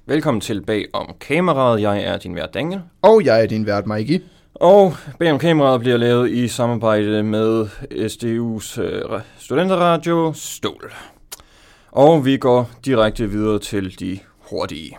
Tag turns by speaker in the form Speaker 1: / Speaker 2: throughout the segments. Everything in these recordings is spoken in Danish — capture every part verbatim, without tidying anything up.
Speaker 1: Velkommen til Bag om Kameraet. Jeg er din vært Daniel.
Speaker 2: Og jeg er din vært Mikey.
Speaker 1: Og Bag om Kameraet bliver lavet i samarbejde med S D U's øh, studenterradio Stål. Og vi går direkte videre til de hurtige.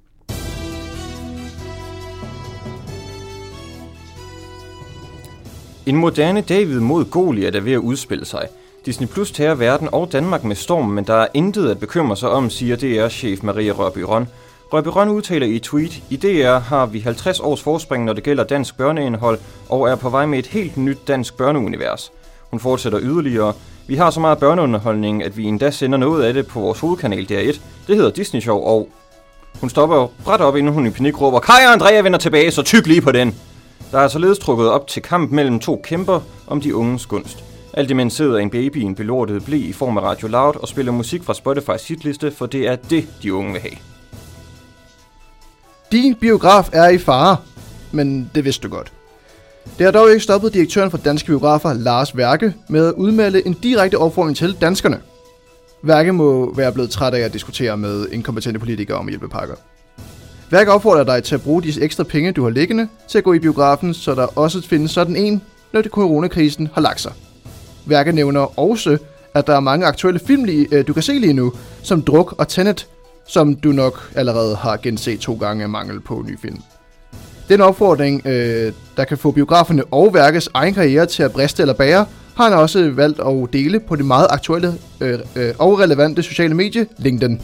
Speaker 1: En moderne David mod Goliat er ved at udspille sig. Disney Plus tager verden og Danmark med storm, men der er intet at bekymre sig om, siger D R-chef Maria Rørby-Rønn. Rørby-Rønn udtaler i et tweet: I D R har vi halvtreds års forspring, når det gælder dansk børneindhold, og er på vej med et helt nyt dansk børneunivers. Hun fortsætter yderligere: Vi har så meget børneunderholdning, at vi endda sender noget af det på vores hovedkanal D R et. Det hedder Disney Show, og hun stopper ret op, inden hun i panik råber: Kaj og Andrea vender tilbage, så tyk lige på den! Der er således trukket op til kamp mellem to kæmper om de unges gunst. Alt imens sidder en baby i en belortet ble i form af Radio Loud og spiller musik fra Spotify's hitliste, for det er det, de unge vil have.
Speaker 2: Din biograf er i fare, men det vidste du godt. Det har dog ikke stoppet direktøren for Danske Biografer, Lars Værke, med at udmelde en direkte opfordring til danskerne. Værke må være blevet træt af at diskutere med inkompetente politikere om hjælpepakker. Værke opfordrer dig til at bruge de ekstra penge, du har liggende, til at gå i biografen, så der også findes sådan en, når coronakrisen har lagt sig. Værke nævner også, at der er mange aktuelle film, du kan se lige nu, som Druk og Tenet, som du nok allerede har genset to gange af mangel på ny film. Den opfordring, øh, der kan få biograferne og Værkes egen karriere til at briste eller bære, har han også valgt at dele på det meget aktuelle øh, øh, og relevante sociale medie LinkedIn.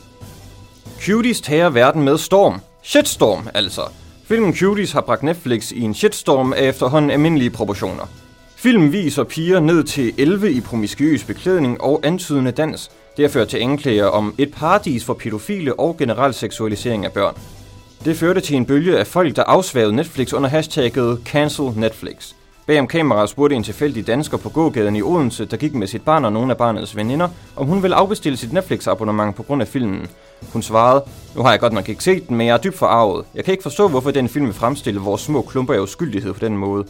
Speaker 1: Cuties tager verden med storm. Shitstorm, altså. Filmen Cuties har bragt Netflix i en shitstorm af efterhånden almindelige proportioner. Filmen viser piger ned til elleve i promiskuøs beklædning og antydende dans. Det har ført til anklager om et paradis for pædofile og generel seksualisering af børn. Det førte til en bølge af folk, der afsværgede Netflix under hashtagget Cancel Netflix. Bag om kameraet spurgte en tilfældig dansker på gågaden i Odense, der gik med sit barn og nogle af barnets veninder, om hun ville afbestille sit Netflix-abonnement på grund af filmen. Hun svarede: Nu har jeg godt nok ikke set den, men jeg er dybt forarvet. Jeg kan ikke forstå, hvorfor den film vil fremstille vores små klumper af uskyldighed på den måde.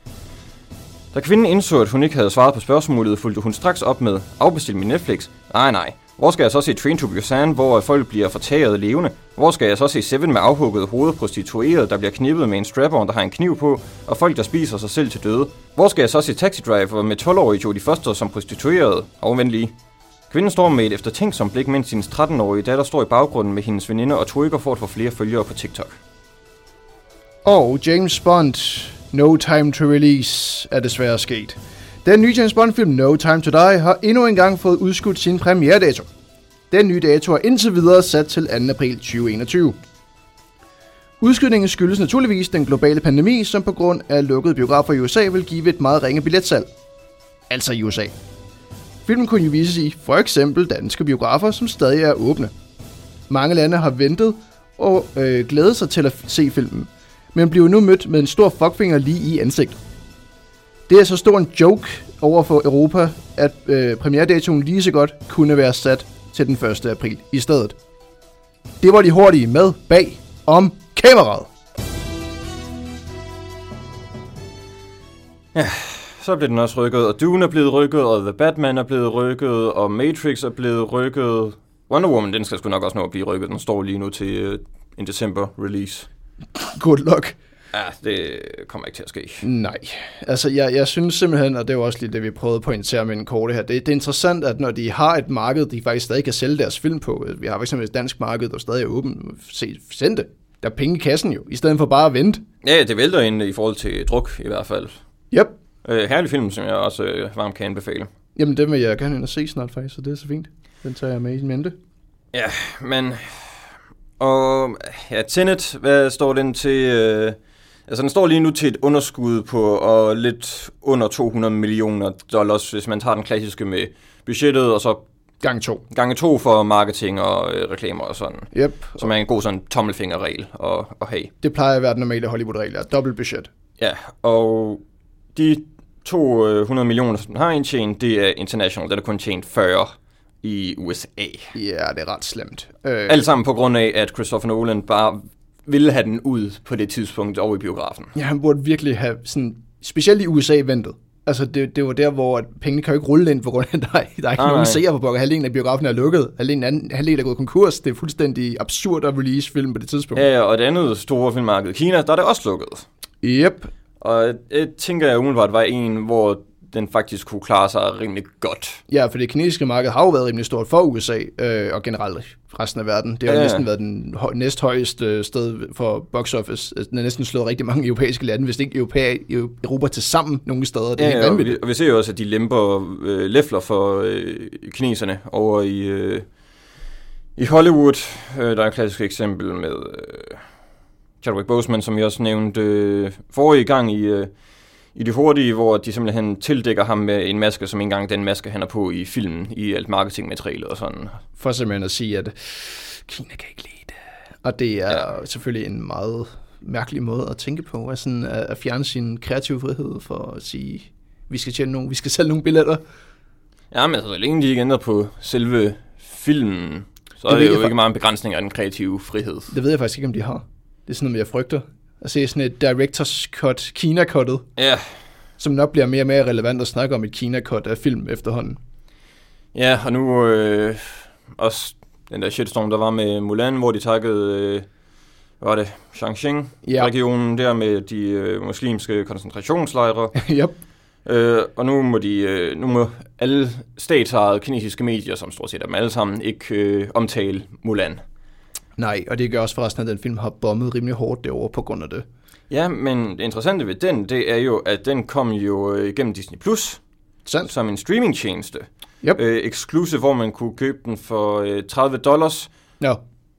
Speaker 1: Da kvinden indså, at hun ikke havde svaret på spørgsmålet, fulgte hun straks op med: Afbestil min Netflix? Nej, nej. Hvor skal jeg så se Train to Busan, hvor folk bliver fortæret levende? Hvor skal jeg så se Seven med afhugget hoved, prostitueret, der bliver knippet med en strap-on, der har en kniv på, og folk, der spiser sig selv til døde? Hvor skal jeg så se Taxi Driver med tolv-årige Jodie Foster som prostitueret? Afvend lige. Kvinden står med et eftertænksomt blik, mens hendes tretten-årige datter står i baggrunden med hendes veninder og twerker for at få flere følgere på TikTok.
Speaker 2: Og James Bond, No Time to Release, er desværre sket. Den nye James Bond-film No Time to Die har endnu engang fået udskudt sin premieredato. Den nye dato er indtil videre sat til anden april tyve enogtyve. Udskydningen skyldes naturligvis den globale pandemi, som på grund af lukkede biografer i U S A vil give et meget ringe billetsalg. Altså i U S A. Filmen kunne jo vises i for eksempel danske biografer, som stadig er åbne. Mange lande har ventet og øh, glædet sig til at se filmen, men bliver nu mødt med en stor fuckfinger lige i ansigtet. Det er så stor en joke over for Europa, at øh, premieredatoen lige så godt kunne være sat til den første april i stedet. Det var de hurtige med Bag om Kameraet.
Speaker 1: Ja, så blev den også rykket, og Dune er blevet rykket, og The Batman er blevet rykket, og Matrix er blevet rykket. Wonder Woman, den skal sgu nok også nå at blive rykket. Den står lige nu til uh, en december release.
Speaker 2: Good luck.
Speaker 1: Ja, det kommer ikke til at ske.
Speaker 2: Nej, altså jeg, jeg synes simpelthen, og det er også lidt det, vi prøvede at pointere med en korte her, det, det er interessant, at når de har et marked, de faktisk stadig kan sælge deres film på. Vi har for eksempel et dansk marked, der stadig er åbent. Se, send det. Der er penge i kassen jo, i stedet for bare at vente.
Speaker 1: Ja, det vælter ind i forhold til druk i hvert fald.
Speaker 2: Yep.
Speaker 1: Øh, herlig film, som jeg også øh, varmt kan anbefale.
Speaker 2: Jamen, det vil jeg gerne ind og se snart faktisk, så det er så fint. Den tager jeg med i mente.
Speaker 1: Ja, men... Og... Ja, Tenet, hvad står den til... Øh... Altså, den står lige nu til et underskud på og lidt under to hundrede millioner dollars, hvis man tager den klassiske med budgettet, og så...
Speaker 2: Gang to.
Speaker 1: Gange to for marketing og øh, reklamer og sådan.
Speaker 2: Yep.
Speaker 1: Som er en god sådan tommelfingerregel at, at have.
Speaker 2: Det plejer at være den normale Hollywood-regel, dobbelt budget.
Speaker 1: Ja, og de to hundrede millioner, som den har indtjent, det er international. Den er kun tjent fyrre i U S A.
Speaker 2: Ja, det er ret slemt. Øh...
Speaker 1: Alt sammen på grund af, at Christopher Nolan bare ville have den ud på det tidspunkt over i biografen.
Speaker 2: Ja, han burde virkelig have sådan, specielt i U S A, ventet. Altså, det, det var der, hvor pengene kan jo ikke rulle ind, på grund af, at der, der er ikke ah, nogen seere på bogen. Halvdelen af biografen er lukket. Halvdelen, anden, halvdelen er gået konkurs. Det er fuldstændig absurd at release film på det tidspunkt.
Speaker 1: Ja, og det andet store filmmarked, Kina, der er det også lukket.
Speaker 2: Yep.
Speaker 1: Og jeg tænker jeg umiddelbart var en, hvor den faktisk kunne klare sig rimelig godt.
Speaker 2: Ja, for det kinesiske marked har jo været rimelig stort for U S A, øh, og generelt resten af verden. Det har ja, ja. næsten været den hø- næsthøjeste sted for box office. Den har næsten slået rigtig mange europæiske lande, hvis ikke Europa, Europa til sammen nogle steder. Det er ja, helt vanvittigt.
Speaker 1: Og vi, og vi ser jo også, at de lemper øh, lefler for øh, kineserne over i, øh, i Hollywood. Øh, der er et klassisk eksempel med øh, Chadwick Boseman, som jeg også nævnte øh, forrige gang i... Øh, I det hurtige, hvor de simpelthen tildækker ham med en maske, som engang den maske, han er på i filmen, i alt marketingmaterialet og sådan.
Speaker 2: For simpelthen at sige, at Kina kan ikke lide det. Og det er ja. selvfølgelig en meget mærkelig måde at tænke på, at, sådan, at fjerne sin kreative frihed for at sige, vi skal tjene nogle, vi skal sælge nogle billetter.
Speaker 1: Ja, men så længe de ikke ændrer på selve filmen, så det er det jo ikke fa- meget en begrænsning af den kreative frihed.
Speaker 2: Det ved jeg faktisk ikke, om de har. Det er sådan noget, jeg frygter. At se sådan et director's cut, Kina-cuttet,
Speaker 1: ja.
Speaker 2: som nok bliver mere og mere relevant at snakke om et Kina-cut af film efterhånden.
Speaker 1: Ja, og nu øh, også den der shitstorm, der var med Mulan, hvor de takkede, øh, hvad var det, Xinjiang-regionen ja. der med de øh, muslimske koncentrationslejre.
Speaker 2: yep.
Speaker 1: øh, og nu må, de, øh, nu må alle statsejede kinesiske medier, som stort set er dem alle sammen, ikke øh, omtale Mulan.
Speaker 2: Nej, og det gør også forresten, at den film har bommet rimelig hårdt derovre på grund af det.
Speaker 1: Ja, men det interessante ved den, det er jo, at den kom jo igennem Disney Plus
Speaker 2: Sandt.
Speaker 1: som en streamingtjeneste.
Speaker 2: Yep.
Speaker 1: Øh, exclusive, hvor man kunne købe den for øh, tredive dollars.
Speaker 2: Ja.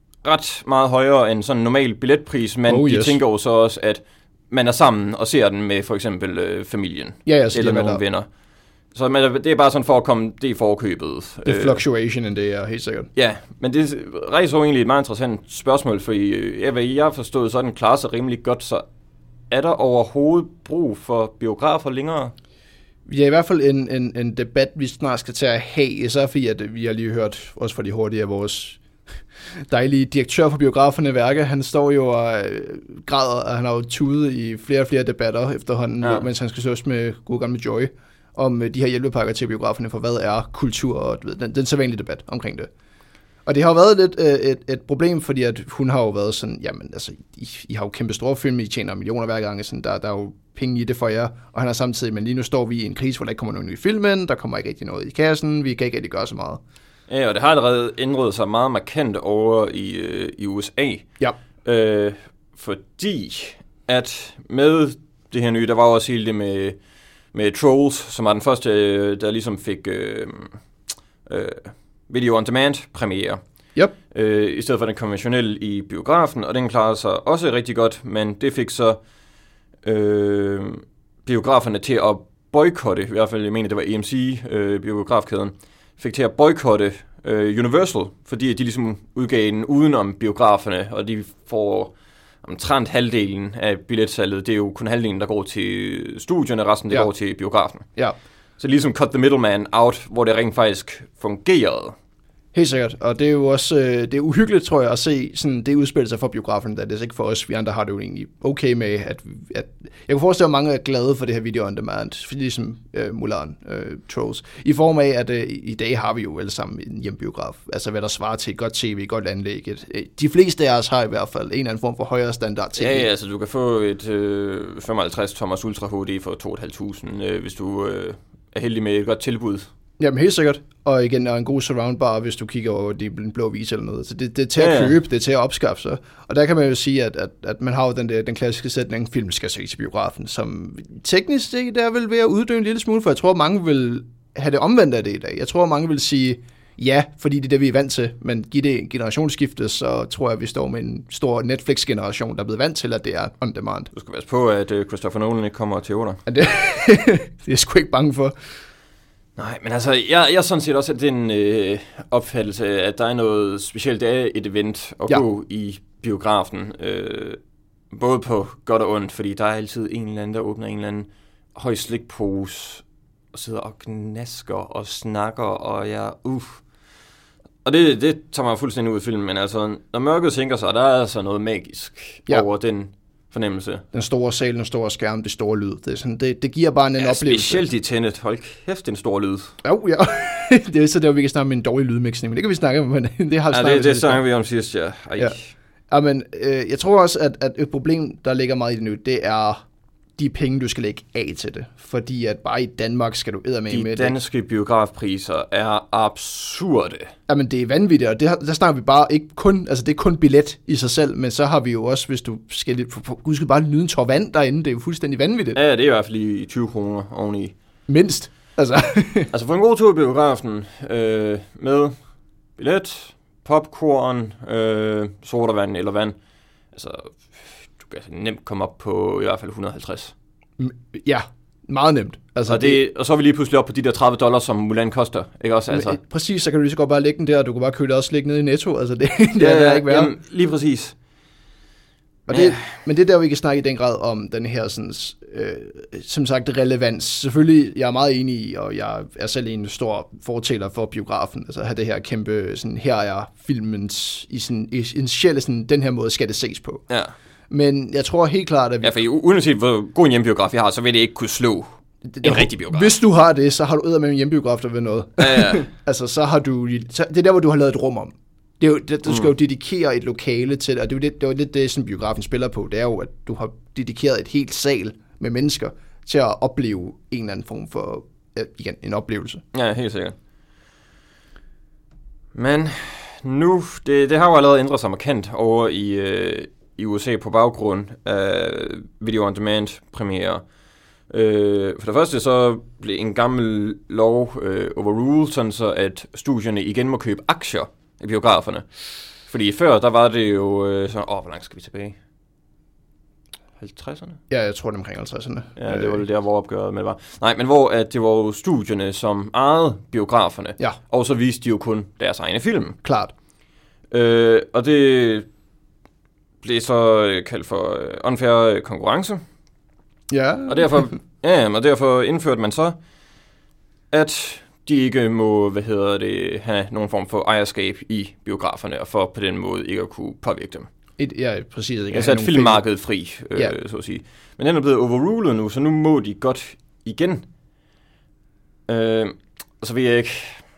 Speaker 1: Ret meget højere end sådan en normal billetpris, men
Speaker 2: oh,
Speaker 1: de
Speaker 2: yes.
Speaker 1: tænker jo så også, at man er sammen og ser den med for eksempel øh, familien.
Speaker 2: Ja, ja,
Speaker 1: eller nogle der. venner. Så men, det er bare sådan for at komme det i forkøbet.
Speaker 2: The fluctuation in det er helt sikkert.
Speaker 1: Ja, men det rejser jo egentlig et meget interessant spørgsmål, for jeg, hvad jeg har forstået, så den klarer sig rimelig godt, så er der overhovedet brug for biografer længere?
Speaker 2: Vi har i hvert fald en, en, en debat, vi snart skal til at have, især fordi, at vi har lige hørt, også for de hurtige af vores dejlige direktør for biograferne værke, han står jo og øh, græder, og han har jo tudet i flere og flere debatter efterhånden, ja. mens han skal søges med god gamle Joy, om de her hjælpepakker til biograferne for, hvad er kultur, og du ved, den, den sædvanlige debat omkring det. Og det har jo været lidt øh, et, et problem, fordi at hun har jo været sådan, jamen altså, I, I har jo kæmpe store film, I tjener millioner hver gang, sådan, der, der er jo penge i det for jer, og han har samtidig, men lige nu står vi i en krise, hvor der ikke kommer nogen nye film ind, der kommer ikke rigtig noget i kassen, vi kan ikke rigtig gøre så meget.
Speaker 1: Ja, og det har allerede ændret sig meget markant over i, øh, i U S A.
Speaker 2: Ja. Øh,
Speaker 1: fordi at med det her nye, der var også hele det med, med Trolls, som var den første, der ligesom fik øh, øh, video on demand premiere.
Speaker 2: Yep.
Speaker 1: Øh, I stedet for den konventionelle i biografen, og den klarede sig også rigtig godt, men det fik så øh, biograferne til at boykotte, i hvert fald jeg mener, det var A M C, øh, biografkæden, fik til at boykotte øh, Universal, fordi de ligesom udgav den udenom biograferne, og de får omtrent halvdelen af billetsalget. Det er jo kun halvdelen, der går til studierne, resten det ja. går til biografen.
Speaker 2: Ja.
Speaker 1: Så ligesom cut the middleman out, hvor det rent faktisk fungerede.
Speaker 2: Helt sikkert, og det er jo også øh, det er uhyggeligt, tror jeg, at se sådan, det udspille sig for biografen, da det er ikke for os. Vi andre har det jo egentlig okay med, at, at jeg kunne forestille, at mange er glade for det her video on demand, fordi ligesom øh, Mulan, øh, Trolls, i form af, at øh, i dag har vi jo alle sammen en hjembiograf, altså hvad der svarer til et godt tv, et godt anlæg. Et, øh, de fleste af os har i hvert fald en eller anden form for højere standard tv.
Speaker 1: Ja, ja, altså du kan få et øh, femoghalvtreds tommer Ultra H D for to tusind fem hundrede, øh, hvis du øh, er heldig med et godt tilbud.
Speaker 2: Jamen helt sikkert. Og igen, og en god surroundbar, hvis du kigger over de blå vis eller noget. Så det, det er til at købe, det er til at opskaffe sig. Og der kan man jo sige, at, at, at man har jo den, der, den klassiske sætning, film skal ses i biografen, som teknisk set der vil være uddø en lille smule, for jeg tror, mange vil have det omvendt af det i dag. Jeg tror, mange vil sige ja, fordi det er det, vi er vant til, men giv det en generationsskifte, så tror jeg, at vi står med en stor Netflix-generation, der er blevet vant til, at det er on demand.
Speaker 1: Du skal være på, at Christopher Nolan ikke kommer til otter.
Speaker 2: Det, det er jeg sgu ikke bange for.
Speaker 1: Nej, men altså, jeg, jeg er sådan set også af den øh, opfattelse, at der er noget specielt, det er et event at ja. gå i biografen, øh, både på godt og ondt, fordi der er altid en eller anden, der åbner en eller anden høj slikpose, og sidder og gnasker og snakker, og jeg, uff. Og det, det tager mig fuldstændig ud af filmen, men altså, når mørket sænker sig, der er altså noget magisk ja. over den fornemmelse.
Speaker 2: Den store sal, den store skærm, det store lyd. Det, er sådan, det, det giver bare en, en
Speaker 1: ja,
Speaker 2: oplevelse.
Speaker 1: Specielt i Tenet. Hold kæft, det er en stor lyd.
Speaker 2: Jo, ja. Det er så der, vi kan snakke med en dårlig lydmixning, men det kan vi snakke om. Men det har vi
Speaker 1: ja, det, det snakker vi om sidst, ja. Ej.
Speaker 2: Ja. Ja, men øh, jeg tror også, at, at et problem, der ligger meget i det nu, det er de penge, du skal lægge af til det. Fordi at bare i Danmark skal du eddermame med det.
Speaker 1: De danske biografpriser er absurde.
Speaker 2: Jamen, det er vanvittigt, og det, der snakker vi bare ikke kun, altså det er kun billet i sig selv, men så har vi jo også, hvis du skal, for, for gud skal bare nyde en tår vand derinde, det er jo fuldstændig vanvittigt.
Speaker 1: Ja, det er i hvert fald i tyve kroner oveni.
Speaker 2: Mindst. Altså,
Speaker 1: altså for en god tur i biografen, øh, med billet, popcorn, øh, sodavand eller vand, altså du kan nemt komme op på i hvert fald et hundrede og halvtreds.
Speaker 2: Ja, meget nemt. Altså,
Speaker 1: og, det, det, og så er vi lige pludselig op på de der tredive dollars, som Mulan koster, ikke også? Altså.
Speaker 2: Men, præcis, så kan du lige så godt bare lægge den der, og du kan bare købe det også ligge nede i Netto, altså det, det
Speaker 1: ja,
Speaker 2: er der ikke værd.
Speaker 1: Jamen, lige præcis.
Speaker 2: Og det, ja. Men det er der, vi kan snakke i den grad om den her, sådan, øh, som sagt, relevans. Selvfølgelig, jeg er meget enig i, og jeg er selv en stor fortæller for biografen, altså at have det her kæmpe, sådan, her er filmens, i sådan, i en sjæl, sådan, den her måde skal det ses på.
Speaker 1: Ja.
Speaker 2: Men jeg tror helt klart, at vi...
Speaker 1: Ja, for uanset hvor god en hjemmebiograf jeg har, så vil det ikke kunne slå det, en rigtig biograf.
Speaker 2: Hvis du har det, så har du eddermame en hjemmebiograf, der ved noget.
Speaker 1: Ja, ja.
Speaker 2: Altså, så har du... Så, det er der, hvor du har lavet et rum om. Det er jo, det, du skal mm. jo dedikere et lokale til, og det er jo det, det, er jo lidt det, som biografen spiller på. Det er jo, at du har dedikeret et helt sal med mennesker til at opleve en eller anden form for, ja, igen, en oplevelse.
Speaker 1: Ja, helt sikkert. Men nu, det, det har jo allerede ændret sig markant over i, øh, i U S A på baggrund af video-on-demand-premiere. Øh, for det første så blev en gammel lov øh, overruled, sådan så at studierne igen må købe aktier i biograferne. Fordi før, der var det jo øh, sådan, åh, hvor langt skal vi tilbage? halvtredserne?
Speaker 2: Ja, jeg tror det omkring halvtredserne.
Speaker 1: Ja, det var der, hvor opgøret med det var. Nej, men hvor at det var jo studierne, som ejede biograferne.
Speaker 2: Ja.
Speaker 1: Og så viste de jo kun deres egne film.
Speaker 2: Klart.
Speaker 1: Øh, og det blev så kaldt for unfair konkurrence.
Speaker 2: Ja.
Speaker 1: Og derfor, ja, og derfor indførte man så, at de ikke må, hvad hedder det, have nogen form for ejerskab i biograferne, og for på den måde ikke at kunne påvirke dem.
Speaker 2: Et, ja, præcis.
Speaker 1: Jeg har sat filmmarkedet fri, øh, ja. så at sige. Men den er blevet overrulet nu, så nu må de godt igen. Øh, og så ved jeg ikke,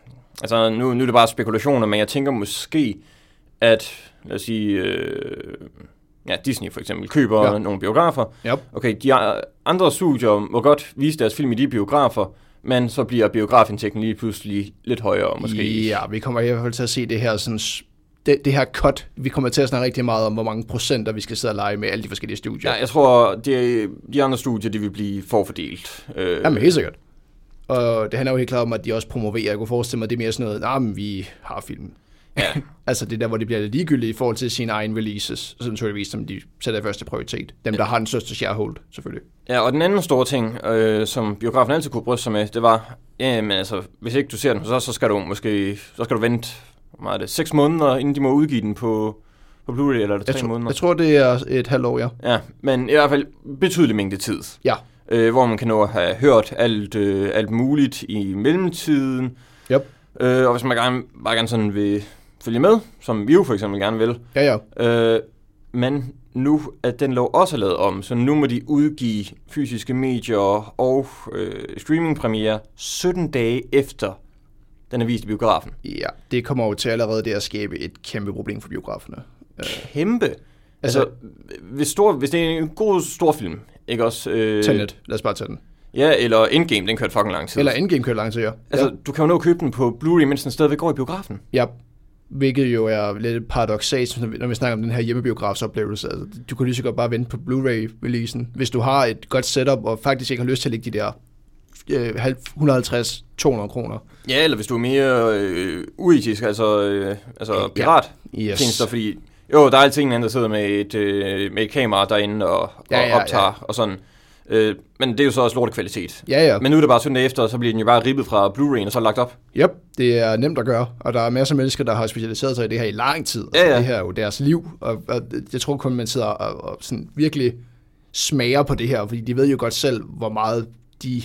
Speaker 1: altså nu, nu er det bare spekulationer, men jeg tænker måske, at, lad os sige, øh, ja, Disney for eksempel køber ja. nogle biografer.
Speaker 2: Yep.
Speaker 1: Okay, de andre studier må godt vise deres film i de biografer, men så bliver biografindtægten lige pludselig lidt højere, måske.
Speaker 2: Ja, vi kommer i hvert fald til at se det her sådan, det, det her cut. Vi kommer til at snakke rigtig meget om, hvor mange procenter vi skal sidde og lege med alle de forskellige studier.
Speaker 1: Ja, jeg tror, de, de andre studier, de vil blive forfordelt.
Speaker 2: Øh, Jamen, helt sikkert. Og det handler jo helt klart om, at de også promoverer. Jeg kunne forestille mig, at det er mere sådan noget, nej, men vi har film.
Speaker 1: Ja.
Speaker 2: Altså det der, hvor det bliver lidt ligegyldigt i forhold til sine egne releases, så naturligvis, som de sætter i første prioritet. Dem, der ja. har den største sharehold, selvfølgelig.
Speaker 1: Ja, og den anden store ting, øh, som biografen altid kunne bryste sig med, det var, ja, men altså, hvis ikke du ser den, så, så skal du måske, så skal du vente, hvor meget er det, seks måneder, inden de må udgive den på, på Blu-ray, eller er det tre
Speaker 2: jeg tro,
Speaker 1: måneder?
Speaker 2: Jeg tror, det er et halvt år, ja.
Speaker 1: Ja, men i hvert fald betydelig mængde tid.
Speaker 2: Ja.
Speaker 1: Øh, hvor man kan nå at have hørt alt, øh, alt muligt i mellemtiden.
Speaker 2: Yep.
Speaker 1: Øh, og hvis man gerne, bare gerne sådan vil følge med, som vi jo for eksempel gerne vil.
Speaker 2: Ja, ja.
Speaker 1: Øh, men nu er den lov også lavet om, så nu må de udgive fysiske medier og øh, streamingpremiere sytten dage efter den er vist i biografen.
Speaker 2: Ja, det kommer jo til allerede det at skabe et kæmpe problem for biograferne.
Speaker 1: Kæmpe? Altså, altså hvis, stor, hvis det er en god stor film, ikke også? Øh,
Speaker 2: Tenet, lad os bare tage den.
Speaker 1: Ja, eller Endgame, den kørte fucking lang tid.
Speaker 2: Eller Endgame kørte lang tid, ja.
Speaker 1: Altså,
Speaker 2: ja.
Speaker 1: du kan jo nå at købe den på Blu-ray, mens den stadigvæk går i biografen.
Speaker 2: Ja, hvilket jo er lidt paradoksalt, når vi snakker om den her hjemmebiografsoplevelse. Altså, du kan lige så godt bare vente på Blu-ray-releasen, hvis du har et godt setup, og faktisk ikke har lyst til at lægge de der øh, et hundrede og halvtreds til to hundrede kroner.
Speaker 1: Ja, eller hvis du er mere øh, uetisk, altså, øh, altså pirat.
Speaker 2: Ja. Yes.
Speaker 1: Tjenester, fordi jo, der er altid en anden, der sidder med et, øh, med et kamera derinde og, og ja, ja, optager ja. og sådan. Øh, men det er jo så også lortekvalitet.
Speaker 2: Ja, ja.
Speaker 1: Men nu er det bare søndag efter, så bliver den jo bare ribbet fra Blu-ray og så lagt op.
Speaker 2: Yep, det er nemt at gøre, og der er masser af mennesker, der har specialiseret sig i det her i lang tid.
Speaker 1: Ja, ja.
Speaker 2: Det her er jo deres liv, og, og jeg tror kun, man sidder og, og sådan virkelig smager på det her, fordi de ved jo godt selv, hvor meget de,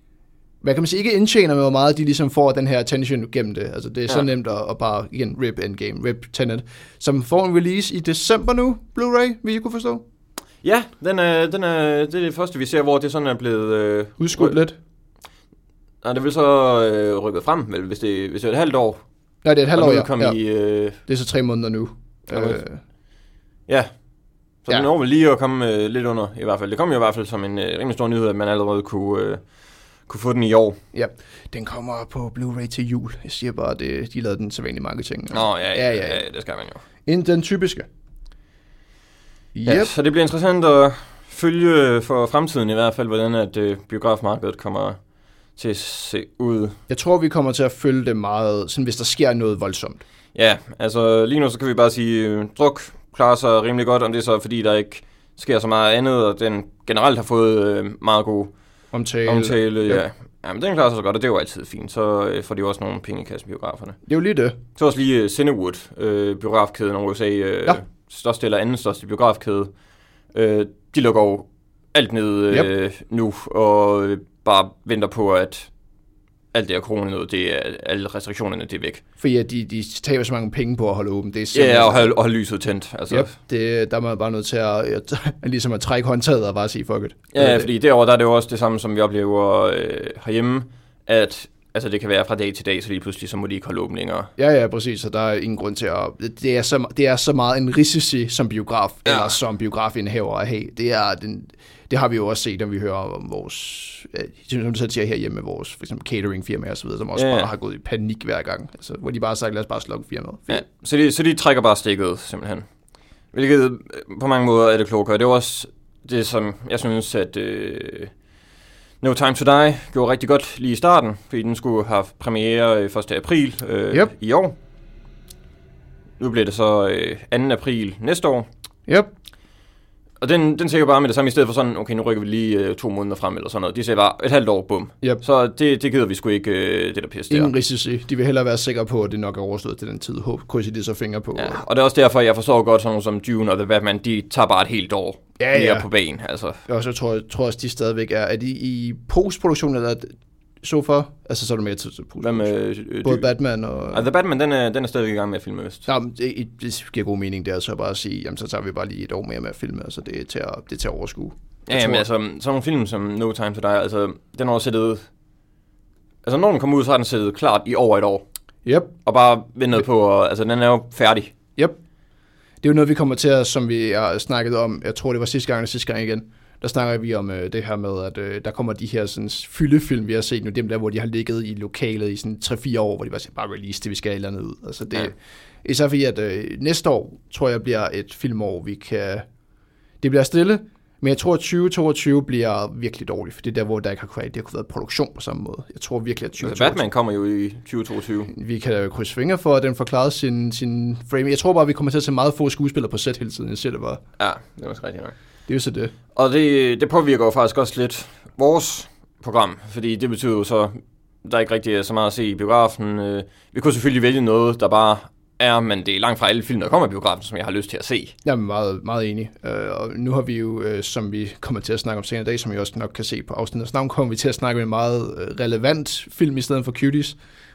Speaker 2: hvad kan man sige, ikke indtjener, men hvor meget de ligesom får den her attention gennem det. Altså det er ja. så nemt at, at bare, igen, rip Endgame, rip Tenet, som får en release i december nu, Blu-ray, vil I kunne forstå?
Speaker 1: Ja, den er, den er, det er det første, vi ser, hvor det sådan er blevet... Øh,
Speaker 2: Udskudt lidt.
Speaker 1: Nej, det vil så øh, rykket frem, vel, hvis det, hvis det er et halvt år.
Speaker 2: Nej, det er et halvt år, ja.
Speaker 1: ja. I, øh...
Speaker 2: Det er så tre måneder nu.
Speaker 1: Okay. Øh... Ja, så ja. Den når vel lige at komme øh, lidt under, i hvert fald. Det kom jo i hvert fald som en øh, rimelig stor nyhed, at man allerede kunne, øh, kunne få den i år.
Speaker 2: Ja, den kommer på Blu-ray til jul. Jeg siger bare, det, de lavede den så vanlige marketing.
Speaker 1: Nå, ja, ja, ja, ja, ja, det skal man jo.
Speaker 2: Inden den typiske.
Speaker 1: Yep. Ja, så det bliver interessant at følge for fremtiden i hvert fald, hvordan at øh, biografmarkedet kommer til at se ud.
Speaker 2: Jeg tror, vi kommer til at følge det meget, sådan hvis der sker noget voldsomt.
Speaker 1: Ja, altså lige nu så kan vi bare sige, øh, druk klarer sig rimelig godt, om det er så fordi der ikke sker så meget andet, og den generelt har fået øh, meget god
Speaker 2: omtale.
Speaker 1: omtale ja. Ja, men den klarer sig så godt, og det er jo altid fint. Så øh, får de også nogle penge i kassen, biograferne.
Speaker 2: Det er jo lige det.
Speaker 1: Så også lige uh, Cinewood, øh, biografkæden over U S A, øh, ja. største eller anden største biografkæde. Øh, de lukker jo alt ned øh, yep. nu, og øh, bare venter på, at alt det her corona noget, det er, alle restriktionerne, det er væk.
Speaker 2: Fordi ja, de, de tager så mange penge på at holde åben. Det
Speaker 1: er ja, og holde, og holde lyset tændt. Altså.
Speaker 2: Yep, det, der er man bare nødt til at, at, at, ligesom at trække håndtaget og bare sige fuck it.
Speaker 1: Ja, det. Fordi derovre, der er det jo også det samme, som vi oplever øh, herhjemme, at altså, det kan være fra dag til dag, så lige pludselig så må de ikke holde åben længere.
Speaker 2: Ja, ja, præcis, så der er ingen grund til at... Det er så, det er så meget en risici som biograf, ja. Eller som biografindhæver at have. Det er den... Det har vi jo også set, når vi hører om vores, som du selv siger herhjemme, med vores for eksempel cateringfirmaer og så videre, som også ja, ja. bare har gået i panik hver gang. Altså, hvor de bare har sagt, lad os bare slukke firmaet.
Speaker 1: Ja, så, de, så de trækker bare stikket, simpelthen. Hvilket på mange måder er det klogere. Det er også det, som jeg synes, at uh, No Time to Die gjorde rigtig godt lige i starten, fordi den skulle have premiere første april uh, yep. i år. Nu bliver det så uh, anden april næste år.
Speaker 2: Yep.
Speaker 1: Og den, den siger bare med det samme, i stedet for sådan, okay, nu rykker vi lige øh, to måneder frem, eller sådan noget. De siger bare, et halvt år, bum. Yep. Så det, det gider vi sgu ikke, øh, det der pisse der.
Speaker 2: Ingen risici. De vil hellere være sikre på, at det nok er overstået til den tid. Håb, krydser de så fingre på.
Speaker 1: Ja, og det er også derfor, jeg forstår godt sådan nogle som Dune og The Batman, de tager bare et helt år
Speaker 2: ja, ja.
Speaker 1: mere på banen. Altså.
Speaker 2: Og så tror jeg tror også, de stadigvæk er, er de i postproduktion, eller så for? Altså, så er du mere til
Speaker 1: postproduktion. Øh,
Speaker 2: Både Batman og...
Speaker 1: Altså, The Batman, den er, den er stadig i gang med at filme, vist.
Speaker 2: Ja, det, det giver god mening, det er så bare at sige, jamen, så tager vi bare lige et år mere med at filme, altså det er til at, det er til at overskue.
Speaker 1: Ja, jamen, altså, sådan nogle film som No Time to Die, altså, den har sættet... Altså, når den kommer ud, så har den sættet klart i over et år.
Speaker 2: Yep.
Speaker 1: Og bare ventet yep. på, altså, den er jo færdig.
Speaker 2: Yep. Det er jo noget, vi kommer til at, som vi har snakket om, jeg tror, det var sidste gang og sidste gang igen, der snakker vi om øh, det her med, at øh, der kommer de her sådan, fyldefilm, vi har set nu, dem der, hvor de har ligget i lokalet i sådan tre fire år, hvor de bare siger, bare release det, vi skal et eller andet ud. Altså det, ja. Især fordi, at øh, næste år, tror jeg, bliver et filmår, vi kan... Det bliver stille, men jeg tror, at tyve toogtyve bliver virkelig dårligt, for det er der, hvor der ikke har, det har kunne være produktion på samme måde. Jeg tror virkelig, at tyve toogtyve...
Speaker 1: Batman kommer jo i tyve toogtyve.
Speaker 2: Vi kan jo krydse fingre for, at den forklarede sin, sin frame. Jeg tror bare, at vi kommer til at se meget få skuespillere på set hele tiden. Jeg siger det bare.
Speaker 1: Ja, det er også rigtigt nok.
Speaker 2: Det er jo så det.
Speaker 1: Og det, det påvirker jo faktisk også lidt vores program, fordi det betyder jo så, der er ikke rigtig så meget at se i biografen. Vi kunne selvfølgelig vælge noget, der bare er, men det er langt fra alle film, der kommer i biografen, som jeg har lyst til at se.
Speaker 2: Jeg er meget, meget enig. Og nu har vi jo, som vi kommer til at snakke om senere i dag, som I også nok kan se på afsnittet navn, kommer vi til at snakke om en meget relevant film i stedet for Cuties,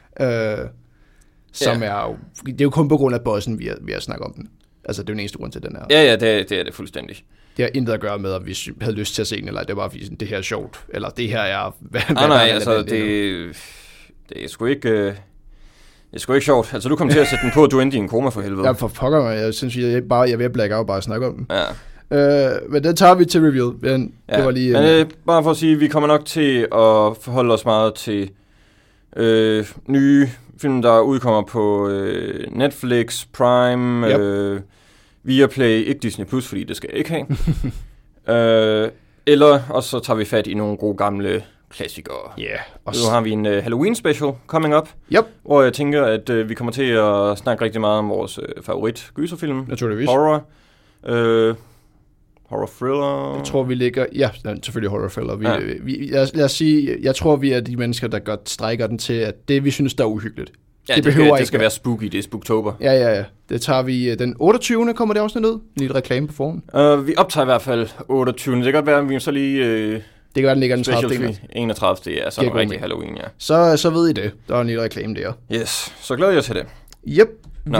Speaker 2: som ja. er jo, det er jo kun på grund af bossen, vi har, vi har snakket om den. Altså, det er jo den eneste grund til, den her.
Speaker 1: Ja, ja, det, det er det fuldstændig.
Speaker 2: Det har intet at gøre med, at vi havde lyst til at se den, eller det er bare fordi, det her er sjovt, eller det her er... Hvad,
Speaker 1: ah, nej, nej, altså, det, det er sgu ikke... Øh, det er sgu ikke sjovt. Altså, du kom til at sætte den på, og du endte i en koma for helvede.
Speaker 2: Ja, for pokker mig. Jeg synes, jeg, bare, jeg er ved at blække af og bare snakke om den.
Speaker 1: Ja.
Speaker 2: Øh, men den tager vi til review. Men,
Speaker 1: ja,
Speaker 2: det var lige,
Speaker 1: men øh, bare for at sige, vi kommer nok til at forholde os meget til øh, nye film, der udkommer på øh, Netflix, Prime... Yep. Øh, Viaplay, ikke Disney Plus, fordi det skal jeg ikke have. øh, eller, og så tager vi fat i nogle gode gamle klassikere.
Speaker 2: Ja. Yeah,
Speaker 1: nu har vi en uh, Halloween special coming up,
Speaker 2: yep.
Speaker 1: hvor jeg tænker, at uh, vi kommer til at snakke rigtig meget om vores uh, favorit gyserfilm.
Speaker 2: Naturligvis.
Speaker 1: Horror. Uh, horror thriller.
Speaker 2: Jeg tror, vi ligger... Ja, selvfølgelig horror thriller. Vi, ja. vi, lad, lad os sige, jeg tror, vi er de mennesker, der godt strækker den til, at det, vi synes, der er uhyggeligt.
Speaker 1: Ja, det, det, behøver skal, det skal være spooky, det er spooktober.
Speaker 2: Ja, ja, ja. Det tager vi den otteogtyvende kommer det også ned. Lige et reklame på forhånd.
Speaker 1: Uh, vi optager i hvert fald otteogtyvende Det kan godt være, at vi så lige... Uh,
Speaker 2: det kan være, den ligger den tredivte
Speaker 1: enogtredivte Det er sådan rigtig mening. Halloween, ja.
Speaker 2: Så, så ved I det. Der er en lille reklame der.
Speaker 1: Yes, så glæder jeg til det.
Speaker 2: Yep. Vi,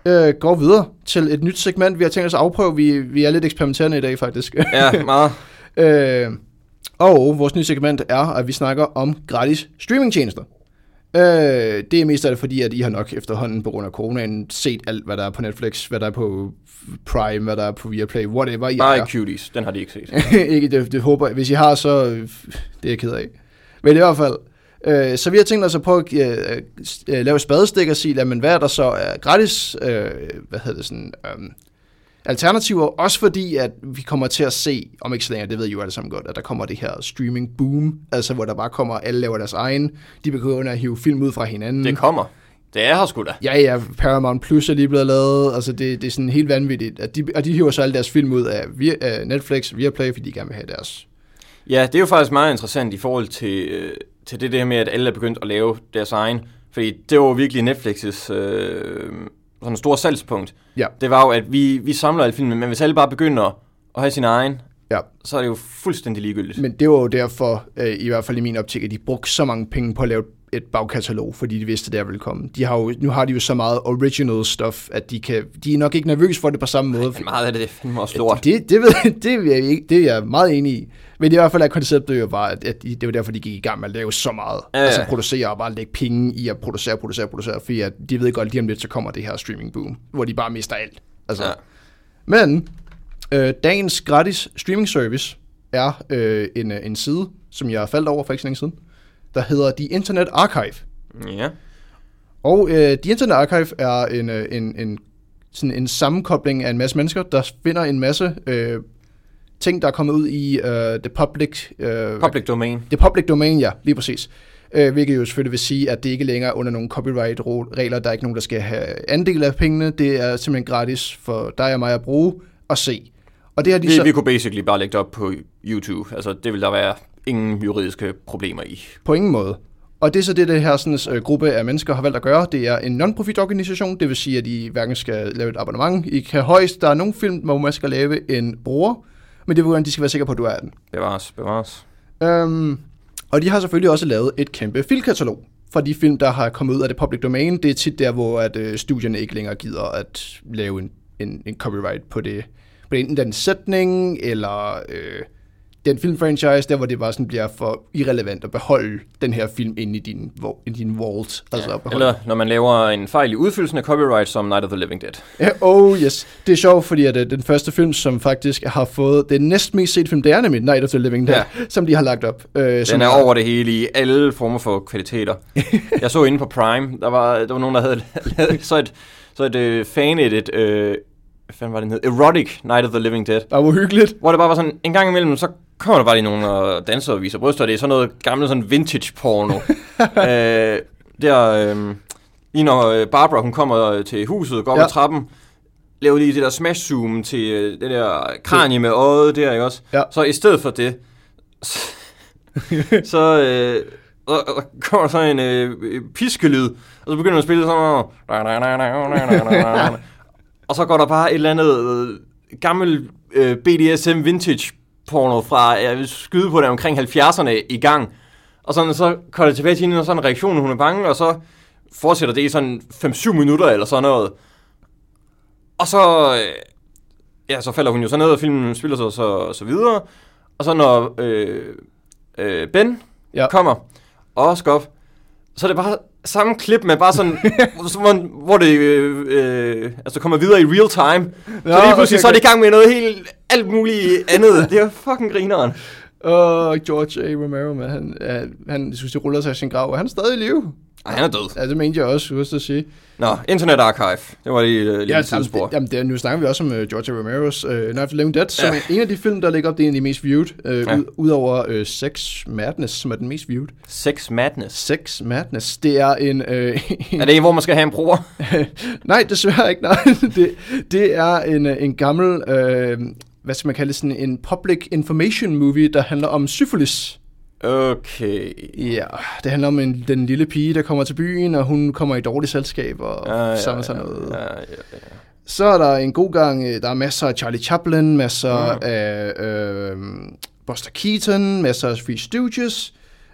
Speaker 2: øh, går videre til et nyt segment, vi har tænkt os at afprøve. Vi, vi er lidt eksperimenterende i dag, faktisk.
Speaker 1: Ja, meget.
Speaker 2: øh, og vores nye segment er, at vi snakker om gratis streamingtjenester. Øh, det er mest af det, fordi at I har nok efterhånden på grund af coronaen set alt, hvad der er på Netflix, hvad der er på Prime, hvad der er på Viaplay, whatever.
Speaker 1: Bare Cuties, den har de ikke set.
Speaker 2: ikke, det, det håber jeg. Hvis I har, så det er jeg ked af. Men i hvert fald, øh, så vi har tænkt os at prøve at øh, lave spadestik og sige, men hvad er der så er gratis, øh, hvad hedder det sådan, øh, alternativer, også fordi, at vi kommer til at se, om ikke så længe, det ved I jo alle sammen godt, at der kommer det her streaming boom, altså hvor der bare kommer, alle laver deres egen, de begynder at hive film ud fra hinanden.
Speaker 1: Det kommer. Det er her sgu da.
Speaker 2: Ja, ja, Paramount Plus er lige blevet lavet, altså det, det er sådan helt vanvittigt, at de, og de hiver så alle deres film ud af, via, af Netflix, Viaplay, fordi de gerne vil have deres.
Speaker 1: Ja, det er jo faktisk meget interessant i forhold til, øh, til det der med, at alle er begyndt at lave deres egen, fordi det var virkelig Netflix's øh, sådan en stor salgspunkt.
Speaker 2: Ja.
Speaker 1: Det var jo, at vi, vi samler alle filmen, men hvis alle bare begynder at have sin egen,
Speaker 2: ja.
Speaker 1: så er det jo fuldstændig ligegyldigt.
Speaker 2: Men det var jo derfor, øh, i hvert fald i min optik, at de brugte så mange penge på at lave et bagkatalog, fordi de vidste, det der ville komme. De har jo, nu har de jo så meget original stuff, at de kan, de er nok ikke nervøse for det på samme måde.
Speaker 1: Men meget af det, det finder også lort.
Speaker 2: Det, det, ved, det, er jeg ikke, det er jeg meget enig i. Men i hvert fald er konceptet jo bare, at, at det var derfor, de gik i gang med at lave så meget. Ja, ja. Altså producere og bare lægge penge i at producere, producere, producere, fordi at de ved godt, lige om lidt, så kommer det her streaming boom, hvor de bare mister alt. Altså. Ja. Men øh, dagens gratis streaming service er øh, en, en side, som jeg faldt over for ikke så længe siden, der hedder The Internet Archive.
Speaker 1: Ja.
Speaker 2: Og øh, The Internet Archive er en, en, en, sådan en sammenkobling af en masse mennesker, der finder en masse øh, ting, der er kommet ud i uh, the public... Uh,
Speaker 1: public domain.
Speaker 2: Det public domain, ja, lige præcis. Uh, hvilket jo selvfølgelig vil sige, at det ikke længere er under nogle copyright-regler. Der er ikke nogen, der skal have andel af pengene. Det er simpelthen gratis for dig og mig at bruge og se. Og det har de
Speaker 1: vi,
Speaker 2: så...
Speaker 1: vi kunne basically bare lægge det op på YouTube. Altså, det vil der være ingen juridiske problemer i.
Speaker 2: På ingen måde. Og det er så det, det her sådan, uh, gruppe af mennesker har valgt at gøre. Det er en non-profit organisation. Det vil sige, at I hverken skal lave et abonnement. I kan højst... Der er nogle film, hvor man skal lave en bruger. Men det vil gerne, de skal være sikre på, at du er den.
Speaker 1: Bevares, bevares.
Speaker 2: Um, og de har selvfølgelig også lavet et kæmpe filmkatalog fra de film, der har kommet ud af det public domain. Det er tit der, hvor at, øh, studierne ikke længere gider at lave en, en, en copyright på det. På enten den sætning, eller øh, den filmfranchise, der hvor det bare sådan bliver for irrelevant at beholde den her film inde i din, i din vault. Altså
Speaker 1: ja, eller når man laver en fejl i udfyldelsen af copyright, som Night of the Living Dead.
Speaker 2: Ja, oh yes. Det er sjovt, fordi at, uh, den første film, som faktisk har fået den næstmest set film, det er nemlig Night of the Living Dead, ja. Som de har lagt op. Uh,
Speaker 1: den
Speaker 2: som
Speaker 1: er
Speaker 2: har...
Speaker 1: over det hele i alle former for kvaliteter. Jeg så inde på Prime, der var, der var nogen, der havde lavet så et, så et uh, fan-edit... Uh, hvad fanden var det hed? Erotic Night of the Living Dead.
Speaker 2: Det var hyggeligt.
Speaker 1: Hvor det bare var sådan, en gang imellem, så kommer der bare lige nogen og danser og viser bryster. Det er sådan noget gammelt, sådan vintage porno. øh, der, øh, lige når Barbara, hun kommer til huset, går op ja. ad trappen, laver lige det der smash zoom til øh, det der kranie med øjet der, ikke også? Ja. Så i stedet for det, så, så øh, og, og kommer der så en øh, piskelyd, og så begynder man at spille sådan noget, og så går der bare et eller andet øh, gammel øh, B D S M vintage porno fra, jeg vil skyde på det omkring halvfjerdserne i gang. Og sådan, så kommer det tilbage til hende, og sådan en reaktion, hun er bange, og så fortsætter det i sådan fem syv minutter eller sådan noget. Og så, øh, ja, så falder hun jo så ned, og filmen spiller sig så, så videre. Og så når øh, øh, Ben ja. kommer og Oscar op, så er det bare samme klip med bare sådan, hvor, hvor det øh, øh, altså kommer videre i real time. Ja, så lige pludselig okay, så er det i gang med noget helt, alt muligt andet. Det er fucking grineren.
Speaker 2: Og uh, George A. Romero, man, han, uh, han synes, det ruller sig i sin grav, og han er stadig i live.
Speaker 1: Ej, han er død.
Speaker 2: Ja, det mente jeg også, husk at sige.
Speaker 1: Nå, Internet Archive. Det var lige uh, lige
Speaker 2: ja,
Speaker 1: et tidsspor.
Speaker 2: Jamen, det, nu snakker vi også om uh, George A. Romero's uh, Night of the Living Dead, som ja. er en af de film, der ligger op, det er en af de mest viewed, uh, ja. ud, udover uh, Sex Madness, som er den mest viewed.
Speaker 1: Sex Madness?
Speaker 2: Sex Madness, det er en... Uh, en
Speaker 1: er det en, hvor man skal have en bruger?
Speaker 2: Nej, desværre ikke, nej. det, det er en, en gammel... Uh, hvad skal man kalde det, sådan en public information movie, der handler om syfilis.
Speaker 1: Okay.
Speaker 2: Ja, det handler om en, den lille pige, der kommer til byen, og hun kommer i dårligt selskab og ja, ja, sådan ja, noget. Ja, ja, ja. Så er der en god gang, der er masser af Charlie Chaplin, masser mm. af øh, Buster Keaton, masser af Three Stooges,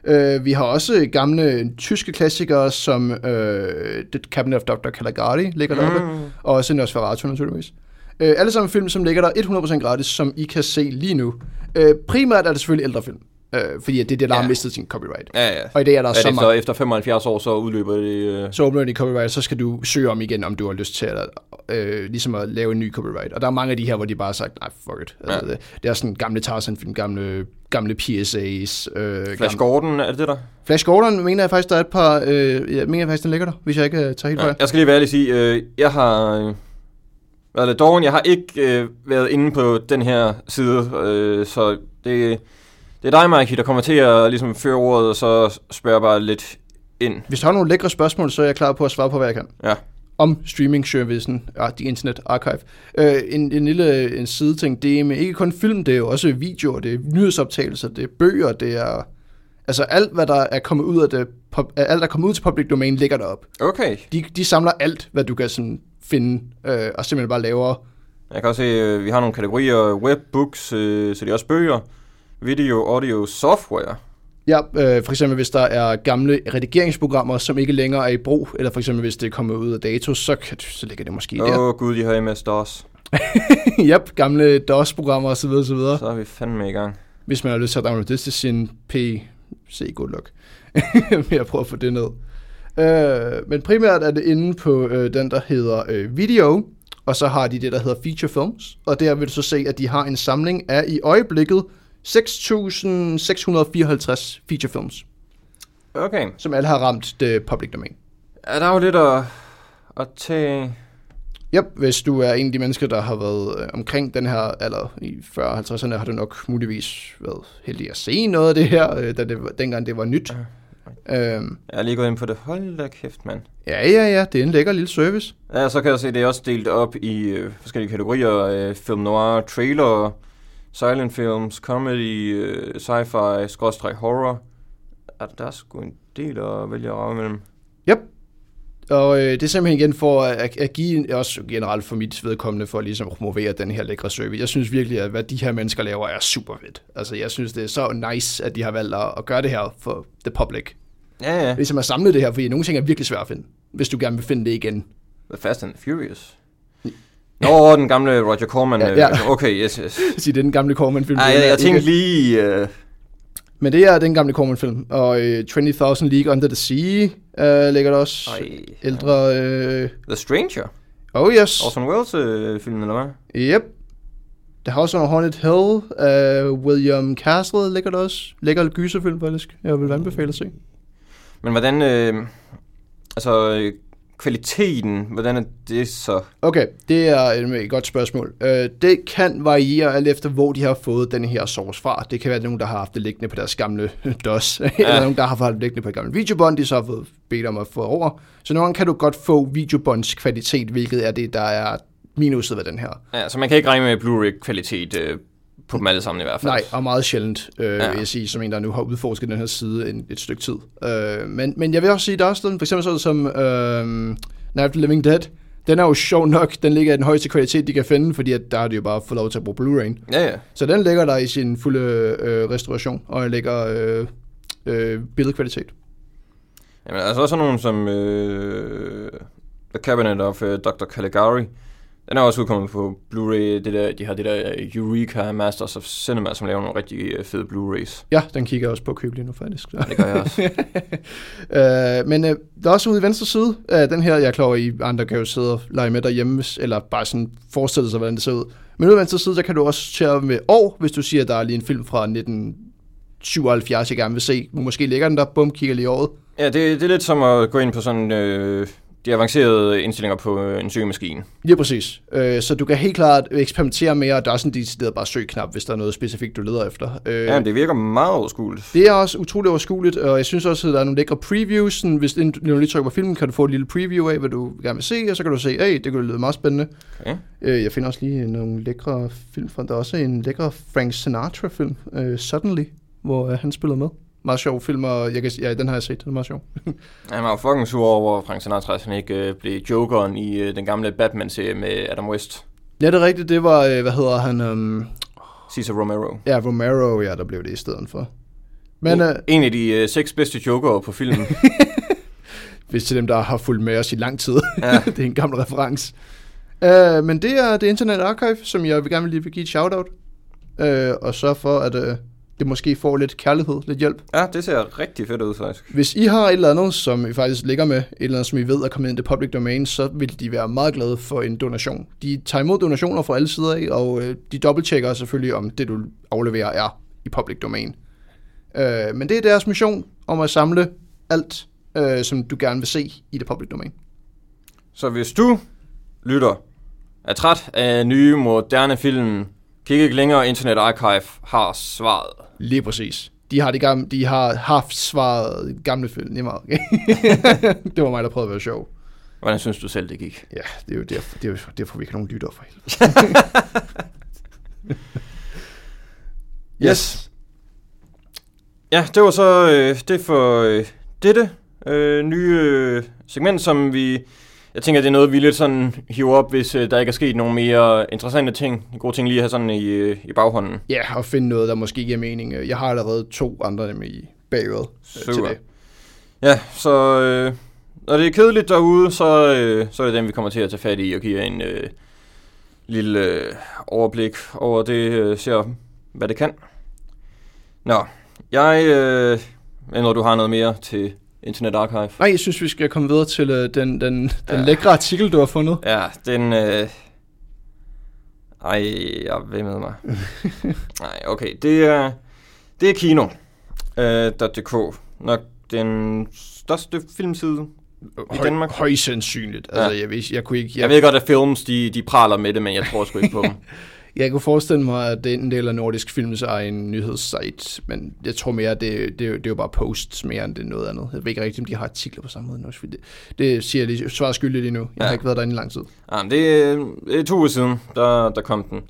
Speaker 2: Uh, vi har også gamle tyske klassikere, som uh, The Cabinet of doktor Caligari ligger deroppe, mm. og også Nosferatu naturligvis. Uh, alle sammen film, som ligger der hundrede procent gratis, som I kan se lige nu. Uh, primært er det selvfølgelig ældre film. Uh, fordi det er det, der ja. har mistet sin copyright.
Speaker 1: Ja, ja.
Speaker 2: Og i dag er der ja, så
Speaker 1: efter, mange... efter femoghalvfjerds år, så udløber det... Uh...
Speaker 2: Så åbner de copyright, så skal du søge om igen, om du har lyst til at, uh, ligesom at lave en ny copyright. Og der er mange af de her, hvor de bare har sagt, nej, fuck it. Ja. Altså, det, det er sådan gamle Tarzan-film, gamle, gamle P S A's. Uh,
Speaker 1: Flash
Speaker 2: gamle...
Speaker 1: Gordon, er det det der?
Speaker 2: Flash Gordon, mener jeg faktisk, der er et par... Uh, jeg mener faktisk, den ligger der, hvis jeg ikke uh, tager helt ja,
Speaker 1: jeg skal lige være ærlig sige, uh, jeg har... Uh... Eller Dawn, jeg har ikke øh, været inde på den her side, øh, så det, det er dig, Mikey, der kommer til at ligesom føre ordet, og så spørger bare lidt ind. Hvis
Speaker 2: du har nogle lækre spørgsmål, så er jeg klar på at svare på, hvad jeg kan.
Speaker 1: Ja.
Speaker 2: Om streaming-servicen, ja, The Internet Archive. Øh, en, en lille en sideting, det er med ikke kun film, det er jo også videoer, det er nyhedsoptagelser, det er bøger, det er... Altså alt, hvad der er kommet ud af det, alt, der er kommet ud til public domain, ligger derop.
Speaker 1: Okay.
Speaker 2: De, de samler alt, hvad du kan sådan finde, øh, og simpelthen bare laver.
Speaker 1: Jeg kan også se, øh, vi har nogle kategorier, webbooks, øh, så det er også bøger, video, audio, software.
Speaker 2: Ja, øh, for eksempel hvis der er gamle redigeringsprogrammer, som ikke længere er i brug, eller for eksempel hvis det er kommet ud af dato, så, kan, så ligger det måske
Speaker 1: oh,
Speaker 2: der.
Speaker 1: Åh gud, de har M S DOS.
Speaker 2: Yep, gamle DOS-programmer osv. osv.
Speaker 1: Så er vi fandme i gang.
Speaker 2: Hvis man har lyst til at downloade det til sin P C, good luck. med at prøve at få det ned. Uh, men primært er det inde på uh, den, der hedder uh, video, og så har de det, der hedder feature films, og der vil du så se, at de har en samling af i øjeblikket seks tusind seks hundrede fireoghalvtreds feature films.
Speaker 1: Okay.
Speaker 2: Som alle har ramt det public domain.
Speaker 1: Er der jo lidt at, at tage...
Speaker 2: Yep, hvis du er en af de mennesker, der har været øh, omkring den her alder i fyrre halvtredserne, har du nok muligvis været heldig at se noget af det her, øh, da det, dengang det var nyt. Uh, okay. øhm,
Speaker 1: jeg er lige gået ind på det. Hold da kæft, mand.
Speaker 2: Ja, ja, ja. Det er en lækker lille service.
Speaker 1: Ja, så kan jeg se, det er også delt op i øh, forskellige kategorier. Øh, film noir, trailer, silent films, comedy, øh, sci-fi, skråstreg horror. Er der er sgu en del at vælge at rave mellem.
Speaker 2: Yep. Og øh, det er simpelthen igen for at, at give, også generelt for mit vedkommende, for at ligesom promovere den her lækre service. Jeg synes virkelig, at hvad de her mennesker laver, er super fedt. Altså, jeg synes, det er så nice, at de har valgt at, at gøre det her for the public.
Speaker 1: Ja, ja.
Speaker 2: Ligesom at samle det her, fordi nogle ting er virkelig svært at finde, hvis du gerne vil finde det igen.
Speaker 1: The Fast and the Furious. Nå, den gamle Roger Corman.
Speaker 2: Ja, ja.
Speaker 1: Okay, yes, yes.
Speaker 2: Så det er den gamle Corman-film.
Speaker 1: Ej, jeg, jeg tænkte lige... Uh...
Speaker 2: Men det er den gamle Corman-film. Og uh, tyve tusind League Under the Sea uh, ligger der også.
Speaker 1: Ej,
Speaker 2: ældre... Uh...
Speaker 1: The Stranger.
Speaker 2: Oh, yes.
Speaker 1: Orson Welles-filmen, uh, eller hvad?
Speaker 2: Yep. The House on Haunted Hill. Uh, William Castle ligger der også. Lækker gyserfilm, faktisk. Jeg vil anbefale at se.
Speaker 1: Men hvordan... Øh... Altså... Øh... Kvaliteten, hvordan er det så?
Speaker 2: Okay, det er et godt spørgsmål. Uh, det kan variere alt efter, hvor de har fået den her source fra. Det kan være nogen, der har haft det liggende på deres gamle DOS, ja. Eller nogen, der har haft det liggende på et gammelt videobånd, de så har fået bedt om at få over. Så nogle gange kan du godt få videobånds kvalitet, hvilket er det, der er minuset ved den her.
Speaker 1: Ja, så man kan ikke regne med Blu-ray-kvalitet øh, på dem alle sammen i hvert fald.
Speaker 2: Nej, og meget sjældent, øh, ja. vil jeg sige, som en, der nu har udforsket den her side en, et stykke tid. Øh, men, men jeg vil også sige, der er også for eksempel sådan som øh, Night of the Living Dead. Den er jo sjov nok, den ligger i den højeste kvalitet, de kan finde, fordi at der har de jo bare fået lov til at bruge Blu-ray.
Speaker 1: Ja, ja.
Speaker 2: Så den ligger der i sin fulde øh, restauration, og ligger øh, øh, billedkvalitet.
Speaker 1: Jamen, altså også nogen som øh, The Cabinet of uh, doktor Caligari. Den er også udkommet på Blu-ray. Det der, de har det der Eureka Masters of Cinema, som laver nogle rigtig fede Blu-rays.
Speaker 2: Ja, den kigger jeg også på at købe lige nu, faktisk.
Speaker 1: Ja, det gør jeg også.
Speaker 2: øh, men øh, der er også ude i venstre side, øh, den her, jeg er klar over, I andre kan jo sidde og lege med derhjemme, eller bare sådan forestille sig, hvordan det ser ud. Men ude i venstre side, der kan du også tære med år, hvis du siger, at der er lige en film fra nitten syvoghalvfjerds, jeg gerne vil se. Måske ligger den der, bum, kigger lige året.
Speaker 1: Ja, det, det er lidt som at gå ind på sådan... Øh de avancerede indstillinger på en søgemaskine.
Speaker 2: Ja, præcis. Øh, så du kan helt klart eksperimentere mere, og der er sådan en decideret bare søgknap, hvis der er noget specifikt, du leder efter. Øh,
Speaker 1: ja, det virker meget overskueligt.
Speaker 2: Det er også utroligt overskueligt, og jeg synes også, at der er nogle lækre previews. Sådan, hvis du lige trykker på filmen, kan du få et lille preview af, hvad du gerne vil se, og så kan du se, hey, det kunne lyde meget spændende. Okay. Øh, jeg finder også lige nogle lækre film fra, der er også en lækre Frank Sinatra-film, uh, Suddenly, hvor uh, han spiller med. Meget sjov film, og jeg kan, ja, den har jeg set. Den er meget sjov.
Speaker 1: Han var jo fucking sur over, Frank Sinatra, han ikke øh, blev jokeren i øh, den gamle Batman-serie med Adam West.
Speaker 2: Ja, det er rigtigt. Det var, øh, hvad hedder han? Um...
Speaker 1: Cesar Romero.
Speaker 2: Ja, Romero, ja, der blev det i stedet for. Men,
Speaker 1: en,
Speaker 2: uh,
Speaker 1: en af de uh, seks bedste jokere på filmen.
Speaker 2: Hvis til dem, der har fulgt med os i lang tid.
Speaker 1: Ja.
Speaker 2: Det er en gammel reference. Uh, men det er det Internet Archive, som jeg vil gerne lige vil give et shout-out. Uh, og så for, at uh, det måske får lidt kærlighed, lidt hjælp.
Speaker 1: Ja, det ser rigtig fedt ud, faktisk.
Speaker 2: Hvis I har et eller andet, som I faktisk ligger med, et eller andet, som I ved er kommet ind i det public domain, så vil de være meget glade for en donation. De tager imod donationer fra alle sider af, og uh, de dobbelttjekker selvfølgelig, om det, du afleverer, er i public domain. Uh, men det er deres mission om at samle alt, uh, som du gerne vil se i det public domain.
Speaker 1: Så hvis du, lytter, er træt af nye, moderne film, kig ikke længere, Internet Archive har svaret.
Speaker 2: Lige præcis. De har, de gamle, de har haft svaret gamle film. Det er meget okay. Det var mig, der prøvede at være sjov.
Speaker 1: Hvordan synes du selv, det gik?
Speaker 2: Ja, det er jo derfor, det er jo derfor vi ikke har nogen lytter for helvede. Yes.
Speaker 1: Ja, det var så øh, det for øh, dette øh, nye øh, segment, som vi... Jeg tænker, det er noget, vi lidt sådan hiver op, hvis øh, der ikke er sket nogle mere interessante ting. Gode ting lige at have sådan i, øh, i baghånden.
Speaker 2: Ja, og finde noget, der måske giver mening. Jeg har allerede to andre nemlig i bagøret øh, til det.
Speaker 1: Ja, så øh, når det er kedeligt derude, så, øh, så er det dem, vi kommer til at tage fat i og give en øh, lille øh, overblik over det, øh, ser hvad det kan. Nå, jeg... Øh, når du har noget mere til Internet Archive.
Speaker 2: Nej, jeg synes, vi skal komme videre til uh, den, den, den
Speaker 1: ja.
Speaker 2: lækre artikel, du har fundet.
Speaker 1: Ja, den... Øh... Ej, jeg vil med mig. Nej, okay. Det er, det er kino. Øh, .dk. Nok den største filmside i
Speaker 2: Høj,
Speaker 1: Danmark.
Speaker 2: Højst sandsynligt. Altså, ja. jeg, ved, jeg, kunne ikke, jeg...
Speaker 1: jeg ved godt, at Films, de, de praler med det, men jeg tror sgu ikke på dem.
Speaker 2: Jeg kunne forestille mig, at det er en del af Nordisk Films egen nyhedssite, men jeg tror mere, at det, det, det er jo bare posts mere, end det er noget andet. Jeg ved ikke rigtigt, om de har artikler på samme måde. Det, det siger jeg lige, svarer skyldigt lige nu. Jeg ja. har ikke været derinde i lang tid.
Speaker 1: Ja, det, er, det er to uger siden, der, der kom den.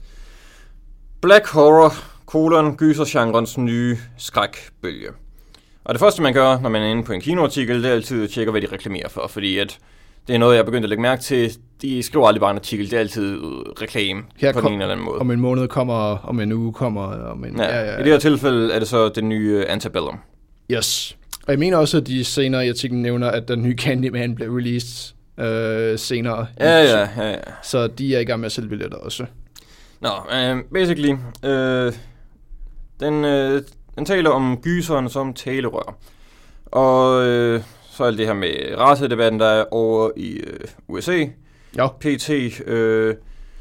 Speaker 1: Black Horror, kolon, gysergenrens nye skrækbølge. Og det første, man gør, når man er inde på en kinoartikel, det er altid at tjekke, hvad de reklamerer for, fordi at det er noget, jeg er begyndt at lægge mærke til. De skriver aldrig bare en artikel. Det er altid reklame
Speaker 2: her
Speaker 1: på kom, den ene eller anden måde.
Speaker 2: Om en måned kommer, om en uge kommer. Om en,
Speaker 1: ja,
Speaker 2: ja, ja, ja.
Speaker 1: I det her tilfælde er det så den nye Antebellum.
Speaker 2: Yes. Og jeg mener også, at de senere i artiklen nævner, at den nye Candyman blev released øh, senere.
Speaker 1: Ja, ja, ja, ja.
Speaker 2: Så de er i gang med at sælge billetter også.
Speaker 1: Nå, uh, basically. Uh, den, uh, den taler om gyseren som talerør. Og... Uh, så er det her med racedebatten, der er over i øh, U S A.
Speaker 2: Ja.
Speaker 1: P T. Øh,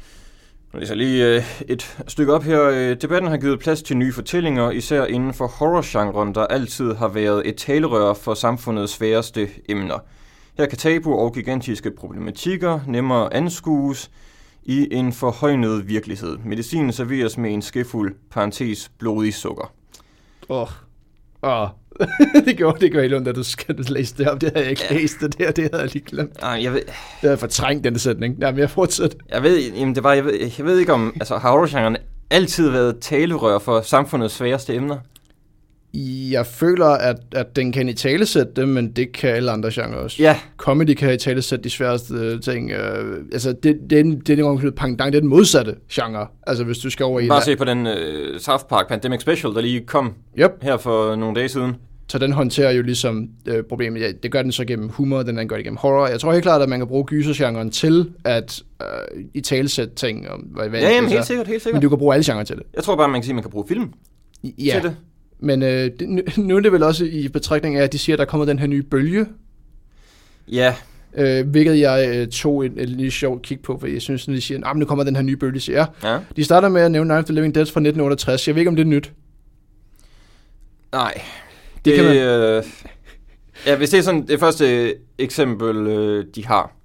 Speaker 1: nu læser lige øh, et stykke op her. Øh, debatten har givet plads til nye fortællinger, især inden for horrorgenren, der altid har været et talerør for samfundets sværeste emner. Her kan tabu og gigantiske problematikker nemmere anskues i en forhøjnet virkelighed. Medicinen serveres med en skefuld parentes blodig sukker.
Speaker 2: Åh. Oh. Åh. Oh. det gjorde det gjorde helt ondt, at du skal læse det op. Det havde jeg ikke ja. læst det der, det havde jeg lige glemt.
Speaker 1: Nej, jeg ved...
Speaker 2: Det havde jeg fortrængt, den sætning. Nej, men jeg fortsætter.
Speaker 1: Jeg ved, jamen det var, jeg ved, jeg ved ikke om, altså har horrorgenren altid været talerør for samfundets sværeste emner?
Speaker 2: Jeg føler, at, at den kan i talesætte det, men det kan alle andre genrer også.
Speaker 1: Ja.
Speaker 2: Comedy kan i talesætte de sværeste ting. Øh, altså, det, det, er den, det, er den, pangdang, det er den modsatte genre. Altså, hvis du skal over i...
Speaker 1: Bare se på den uh, South Park Pandemic Special, der lige kom
Speaker 2: yep.
Speaker 1: her for nogle dage siden.
Speaker 2: Så den håndterer jo ligesom øh, problemet. Ja, det gør den så gennem humor, den gør det gennem horror. Jeg tror helt klart, at man kan bruge gysergenren til at øh, i talesætte ting. Om, hvad,
Speaker 1: ja, jamen, helt sikkert, helt sikkert.
Speaker 2: Men du kan bruge alle genrer til det.
Speaker 1: Jeg tror bare, man kan sige, at man kan bruge film
Speaker 2: ja.
Speaker 1: til det.
Speaker 2: Men øh, det, nu er det vel også i betragtning af, at de siger, at der er kommet den her nye bølge.
Speaker 1: Ja.
Speaker 2: Øh, hvilket jeg øh, tog en, en lille sjov kig på, for jeg synes, når de siger, at nu kommer den her nye bølge, siger
Speaker 1: ja.
Speaker 2: De starter med at nævne Night of the Living Dead fra nitten otteogtres. Jeg ved ikke, om det er nyt.
Speaker 1: Nej.
Speaker 2: Det,
Speaker 1: det
Speaker 2: kan man...
Speaker 1: øh, ja, hvis det er sådan det første eksempel, øh, de har.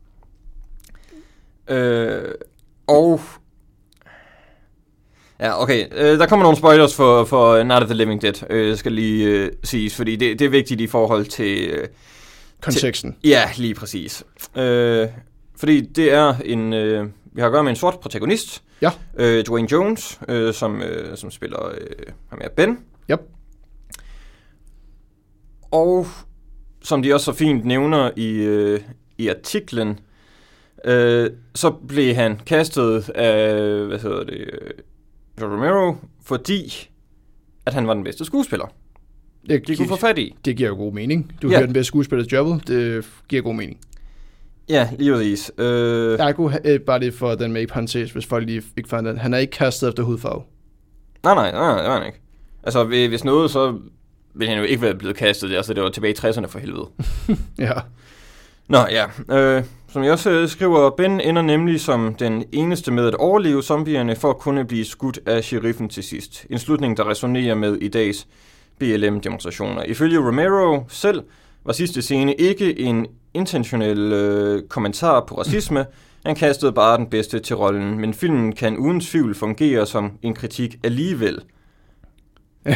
Speaker 1: Øh, og... Ja, okay. Øh, der kommer nogle spoilers for, for Night of the Living Dead, øh, skal lige øh, siges, fordi det, det er vigtigt i forhold til... Øh,
Speaker 2: konteksten.
Speaker 1: Til, ja, lige præcis. Øh, fordi det er en... Øh, vi har at gøre med en sort protagonist.
Speaker 2: Ja.
Speaker 1: Øh, Dwayne Jones, øh, som, øh, som spiller øh, ham er Ben.
Speaker 2: Yep.
Speaker 1: Og som de også så fint nævner i, øh, i artiklen, øh, så blev han kastet af, hvad hedder det, George Romero, fordi at han var den bedste skuespiller. det, de kunne få fat i.
Speaker 2: Det giver jo god mening. Du
Speaker 1: ja.
Speaker 2: hører den bedste skuespillers jobbet. Det giver god mening.
Speaker 1: Ja, lige præcis. Øh...
Speaker 2: Jeg kunne øh, bare det for den med i parentes, hvis folk lige ikke fandt den. Han er ikke kastet efter hudfarve.
Speaker 1: Nej, nej, nej, nej, det var han ikke. Altså, hvis noget, så ville han jo ikke være blevet kastet. Altså, det var tilbage i tresserne for helvede.
Speaker 2: ja.
Speaker 1: Nå, ja. Øh, som jeg også skriver, Ben ender nemlig som den eneste med at overleve zombierne for at kunne blive skudt af sheriffen til sidst. En slutning, der resonerer med i dags B L M-demonstrationer. Ifølge Romero selv var sidste scene ikke en intentionel øh, kommentar på racisme. Han kastede bare den bedste til rollen, men filmen kan uden tvivl fungere som en kritik alligevel. øh,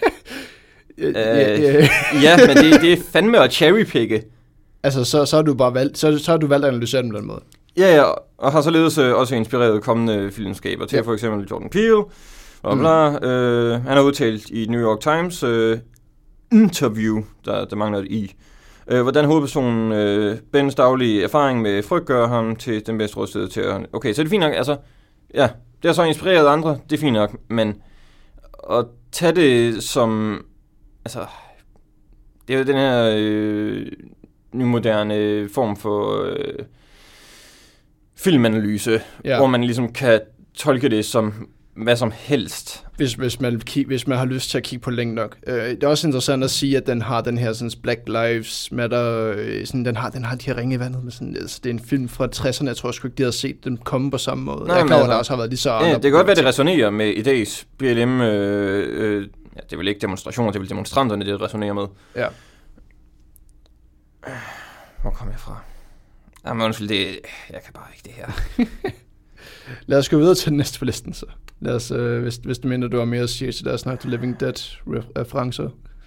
Speaker 1: ja, men det, det er fandme at cherrypicke.
Speaker 2: Altså, så, så har du bare valgt, så, så har du valgt at analysere den på den måde.
Speaker 1: Ja, ja, og har således øh, også inspireret kommende filmskaber til, ja. For eksempel Jordan Peele. Og bla, mm. øh, han har udtalt i New York Times øh, interview, der, der mangler et i, øh, hvordan hovedpersonen øh, Bens daglige erfaring med frygt gør ham til den bedste rustede til at... Okay, så er det fint nok, altså, ja, det har så inspireret andre, det er fint nok, men at tage det som, altså, det er jo den her øh, nymoderne form for øh, filmanalyse, ja. Hvor man ligesom kan tolke det som hvad som helst.
Speaker 2: Hvis, hvis, man, hvis man har lyst til at kigge på længe nok. Øh, det er også interessant at sige, at den har den her sådan, Black Lives Matter, øh, sådan, den, har, den har de her ringe i vandet. Med sådan, altså, det er en film fra tresserne, jeg tror sgu ikke, de har set den komme på samme måde. Nej, jeg er klar, altså, der også har været lige så...
Speaker 1: Ja, det kan godt være, det resonerer med i dags B L M... Øh, øh, ja, det er vel ikke demonstrationer, det er vel demonstranterne, det resonerer med.
Speaker 2: Ja.
Speaker 1: Hvor kom jeg fra? Jamen undskyld, det, jeg kan bare ikke det her.
Speaker 2: Lad os gå videre til den næste på listen, så. Lad os, øh, hvis, hvis du mener, du har mere at sige til deres Night of the Living Dead-referencer.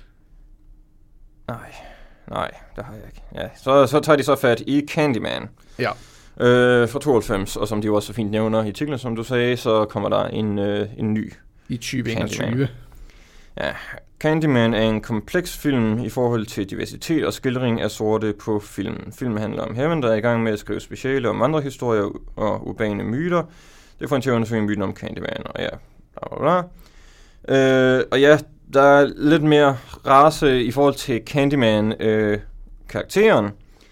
Speaker 1: Nej, nej, det har jeg ikke. Ja, så, så tager de så fat i Candyman.
Speaker 2: Ja.
Speaker 1: Øh, fra tooghalvfems, og som de også så fint nævner i artiklen, som du sagde, så kommer der en, øh, en ny
Speaker 2: i tyve enogtyve.
Speaker 1: Ja, Candyman er en kompleks film i forhold til diversitet og skildring af sorte på filmen. Filmen handler om Heaven, der er i gang med at skrive speciale om andre historier og urbane myter. Det får en til at undersøge myten om Candyman, og ja, bla bla bla. Øh, og ja, der er lidt mere race i forhold til Candyman-karakteren,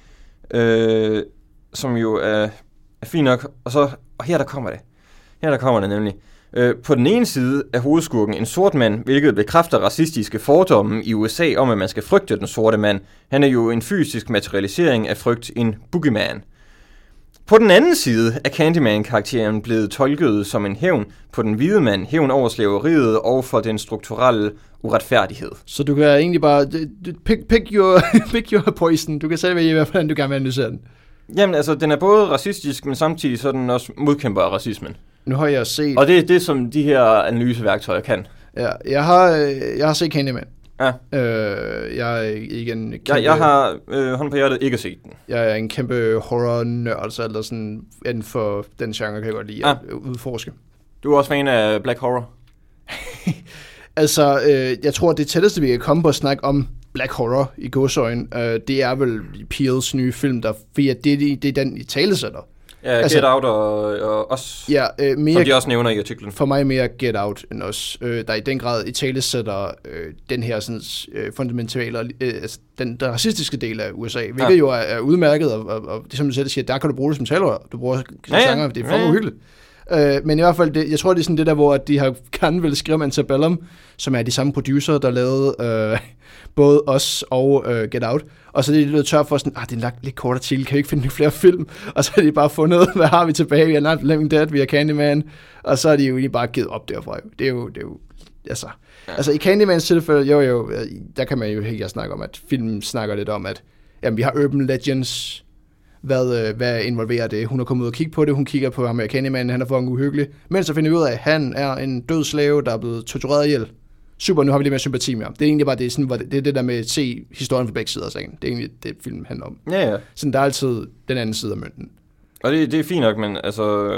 Speaker 1: øh, øh, som jo er, er fint nok. Og så, og her der kommer det. Her der kommer det nemlig. Øh, på den ene side er hovedskurken en sort mand, hvilket bekræfter racistiske fordomme i U S A om, at man skal frygte den sorte mand. Han er jo en fysisk materialisering af frygt, en boogeyman. På den anden side er Candyman-karakteren blevet tolket som en hævn på den hvide mand, hævn over slaveriet og for den strukturelle uretfærdighed.
Speaker 2: Så du kan egentlig bare pick, pick, your, pick your poison. Du kan selv vælge, hvordan du gerne vil analysere den.
Speaker 1: Jamen altså, den er både racistisk, men samtidig så er den også modkæmper af racismen.
Speaker 2: Nu har jeg set...
Speaker 1: Og det er det, som de her analyseværktøjer kan.
Speaker 2: Ja, jeg har, jeg har set Candyman.
Speaker 1: Ja.
Speaker 2: Øh, jeg er ikke en kæmpe...
Speaker 1: Jeg, jeg har øh, hånd på hjertet ikke set den.
Speaker 2: Jeg er en kæmpe horror-nørd, altså eller sådan inden for den genre, kan jeg godt lide at ja. udforske.
Speaker 1: Du er også fan af Black Horror?
Speaker 2: Altså, øh, jeg tror, det tætteste, vi kan komme på at snakke om Black Horror i gåseøjne, øh, det er vel Peels nye film, der, fordi det, det, det er den i talesætter.
Speaker 1: Ja, altså, Get Out og, og os,
Speaker 2: ja, øh, mere,
Speaker 1: som de også nævner i artiklen.
Speaker 2: For mig mere Get Out end os, øh, der i den grad i talesætter øh, den her sådan, øh, fundamentale, øh, altså, den, den racistiske del af U S A, hvilket ja. jo er, er udmærket, og, og, og det som du selv siger, der kan du bruge det som talerør, du bruger som ja, sanger, det er for ja, ja. uhyggeligt. Øh, men i hvert fald, det, jeg tror, det er sådan det der, hvor de har gerne vil skrive om Antebellum, som er de samme producer, der lavede øh, både Us og øh, Get Out. Og så er de lidt tør for sådan, ah, det er lagt lidt kort artikel, kan vi ikke finde flere film? Og så har de bare fundet, hvad har vi tilbage? Vi har Night of the Living Dead, vi har Candyman. Og så er de jo egentlig bare givet op derfra. Det er jo, det er jo altså, ja. altså i Candymans tilfælde, jo jo, der kan man jo helt snakke om, at filmen snakker lidt om, at jamen, vi har Urban Legends. Hvad, hvad involverer det? Hun er kommet ud og kigge på det. Hun kigger på ham med Candyman, han er fucking uhyggelig. Men så finder vi ud af, at han er en død slave, der er blevet tortureret ihjel. Super, nu har vi lidt mere sympati med ham. Det er egentlig bare det, sådan, det, er det der med at se historien fra begge sider af sagen. Det er egentlig det, film handler om.
Speaker 1: Ja, ja.
Speaker 2: Sådan, der er altid den anden side af mønten.
Speaker 1: Og det, det er fint nok, men altså...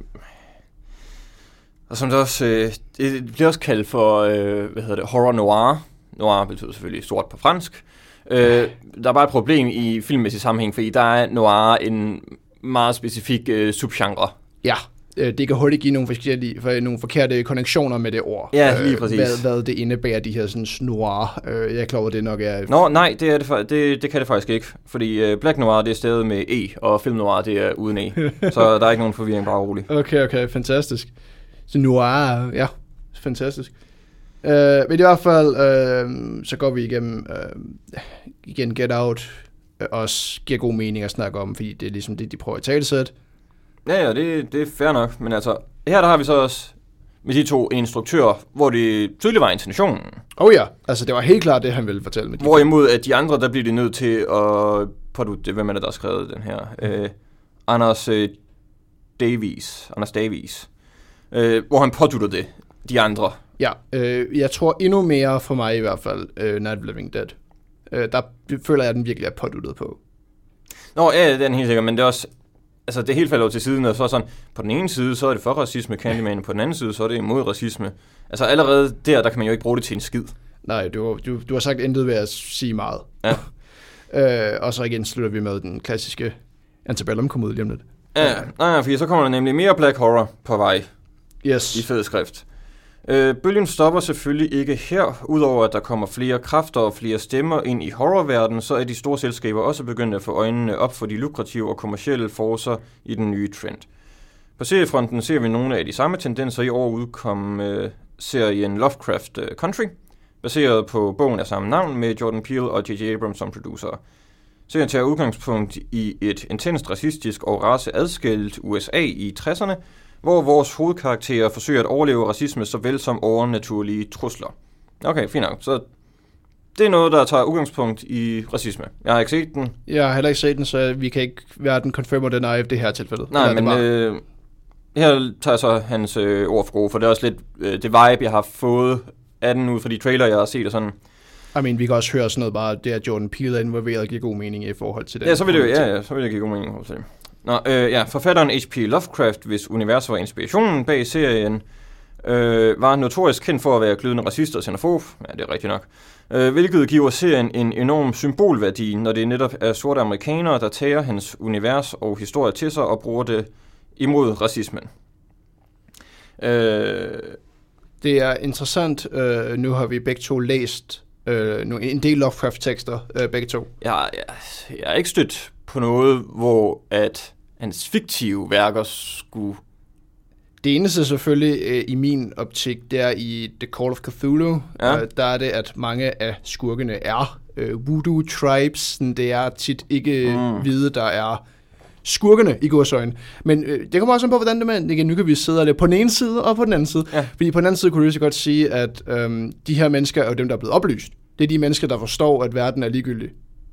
Speaker 1: Og som det også... Øh, det bliver også kaldt for, øh, hvad hedder det, horror noir. Noir betyder selvfølgelig sort på fransk. Øh, der er bare et problem i filmmæssig sammenhæng, fordi der er noir en meget specifik øh, subgenre.
Speaker 2: Ja. det kan hurtigt give nogle, forskellige, nogle forkerte konnektioner med det ord.
Speaker 1: Ja, lige præcis.
Speaker 2: Hvad, hvad det indebærer, de her sådan noir. Jeg er klar over, det nok er...
Speaker 1: Nå, nej, det, er det, det, det kan det faktisk ikke. Fordi Black Noir, det er stadig med E, og film noir, det er uden E. Så der er ikke nogen forvirring, bare rolig.
Speaker 2: Okay, okay, fantastisk. Så noir, ja, fantastisk. Uh, men i hvert fald, uh, så går vi igennem uh, igen Get Out, uh, også giver god mening at snakke om, fordi det er ligesom det, de prøver at talesætte.
Speaker 1: Ja, ja, det, det er fair nok, men altså, her der har vi så også med de to instruktører, hvor det tydeligt var intentionen.
Speaker 2: Oh ja, altså det var helt klart det, han ville fortælle med de
Speaker 1: Hvorimod at de andre, der bliver de nødt til at... Pådutte, hvem er det, der har skrevet den her? Uh, Anders uh, Davies, Anders Davies, uh, hvor han pådutter det, de andre.
Speaker 2: Ja, øh, jeg tror endnu mere for mig i hvert fald, øh, Night of the Living Dead. Øh, der føler jeg, at den virkelig er påduttet på.
Speaker 1: Nå, ja, det er den helt sikkert, men det er også... Altså, det helt falder over til siden, og så er sådan, på den ene side, så er det for racisme, Candyman, på den anden side, så er det imod racisme. Altså, allerede der, der kan man jo ikke bruge det til en skid.
Speaker 2: Nej, du, du, du har sagt intet ved at sige meget.
Speaker 1: Ja.
Speaker 2: øh, og så igen slutter vi med den klassiske Antebellum-komedie lige om lidt.
Speaker 1: Ja, nej, fordi så kommer der nemlig mere black horror på vej.
Speaker 2: Yes.
Speaker 1: I fed skrift. Øh, bølgen stopper selvfølgelig ikke her. Udover at der kommer flere kræfter og flere stemmer ind i horrorverdenen, så er de store selskaber også begyndt at få øjnene op for de lukrative og kommercielle forcer i den nye trend. På seriefronten ser vi nogle af de samme tendenser. I år udkom øh, serien Lovecraft Country, baseret på bogen af samme navn med Jordan Peele og J J Abrams som producer. Serien tager udgangspunkt i et intenst racistisk og raceadskilt U S A i tresserne, hvor vores hovedkarakterer forsøger at overleve racisme såvel som overnaturlige trusler. Okay, fint nok. Så det er noget, der tager udgangspunkt i racisme. Jeg har ikke set den.
Speaker 2: Jeg har heller ikke set den, så vi kan ikke være den confirm or deny i det her tilfælde.
Speaker 1: Nej, men øh, her tager jeg så hans øh, ord for gode, for det er også lidt øh, det vibe, jeg har fået af den ud fra de trailer, jeg har set og sådan.
Speaker 2: I mean, vi kan også høre sådan noget bare, det at Jordan Peele er involveret og giver god mening i forhold til det.
Speaker 1: Ja, så vil det jo, ja, ja, så vil det give god mening i forhold til det. Nå, øh, ja, forfatteren H P Lovecraft, hvis univers var inspirationen bag serien, øh, var notorisk kendt for at være glødende racist og xenofob. Ja, det er rigtigt nok. Øh, hvilket giver serien en enorm symbolværdi, når det netop er sorte amerikanere, der tager hans univers og historie til sig og bruger det imod racismen. Øh,
Speaker 2: det er interessant. Øh, nu har vi begge to læst øh, en del Lovecraft-tekster, øh, begge to.
Speaker 1: Jeg, jeg, jeg er ikke stødt på noget, hvor at hans fiktive værker skulle...
Speaker 2: Det eneste selvfølgelig øh, i min optik, det er i The Call of Cthulhu. Ja. Øh, der er det, at mange af skurkene er øh, voodoo tribes. Det er tit ikke mm. hvide, der er skurkene i godsøjne. Men øh, det kommer også an på, hvordan det er. Igen, nu kan vi sidde lidt på den ene side og på den anden side. Ja. Fordi på den anden side kunne du så godt sige, at øh, de her mennesker er jo dem, der er blevet oplyst. Det er de mennesker, der forstår, at verden er ligegyldig.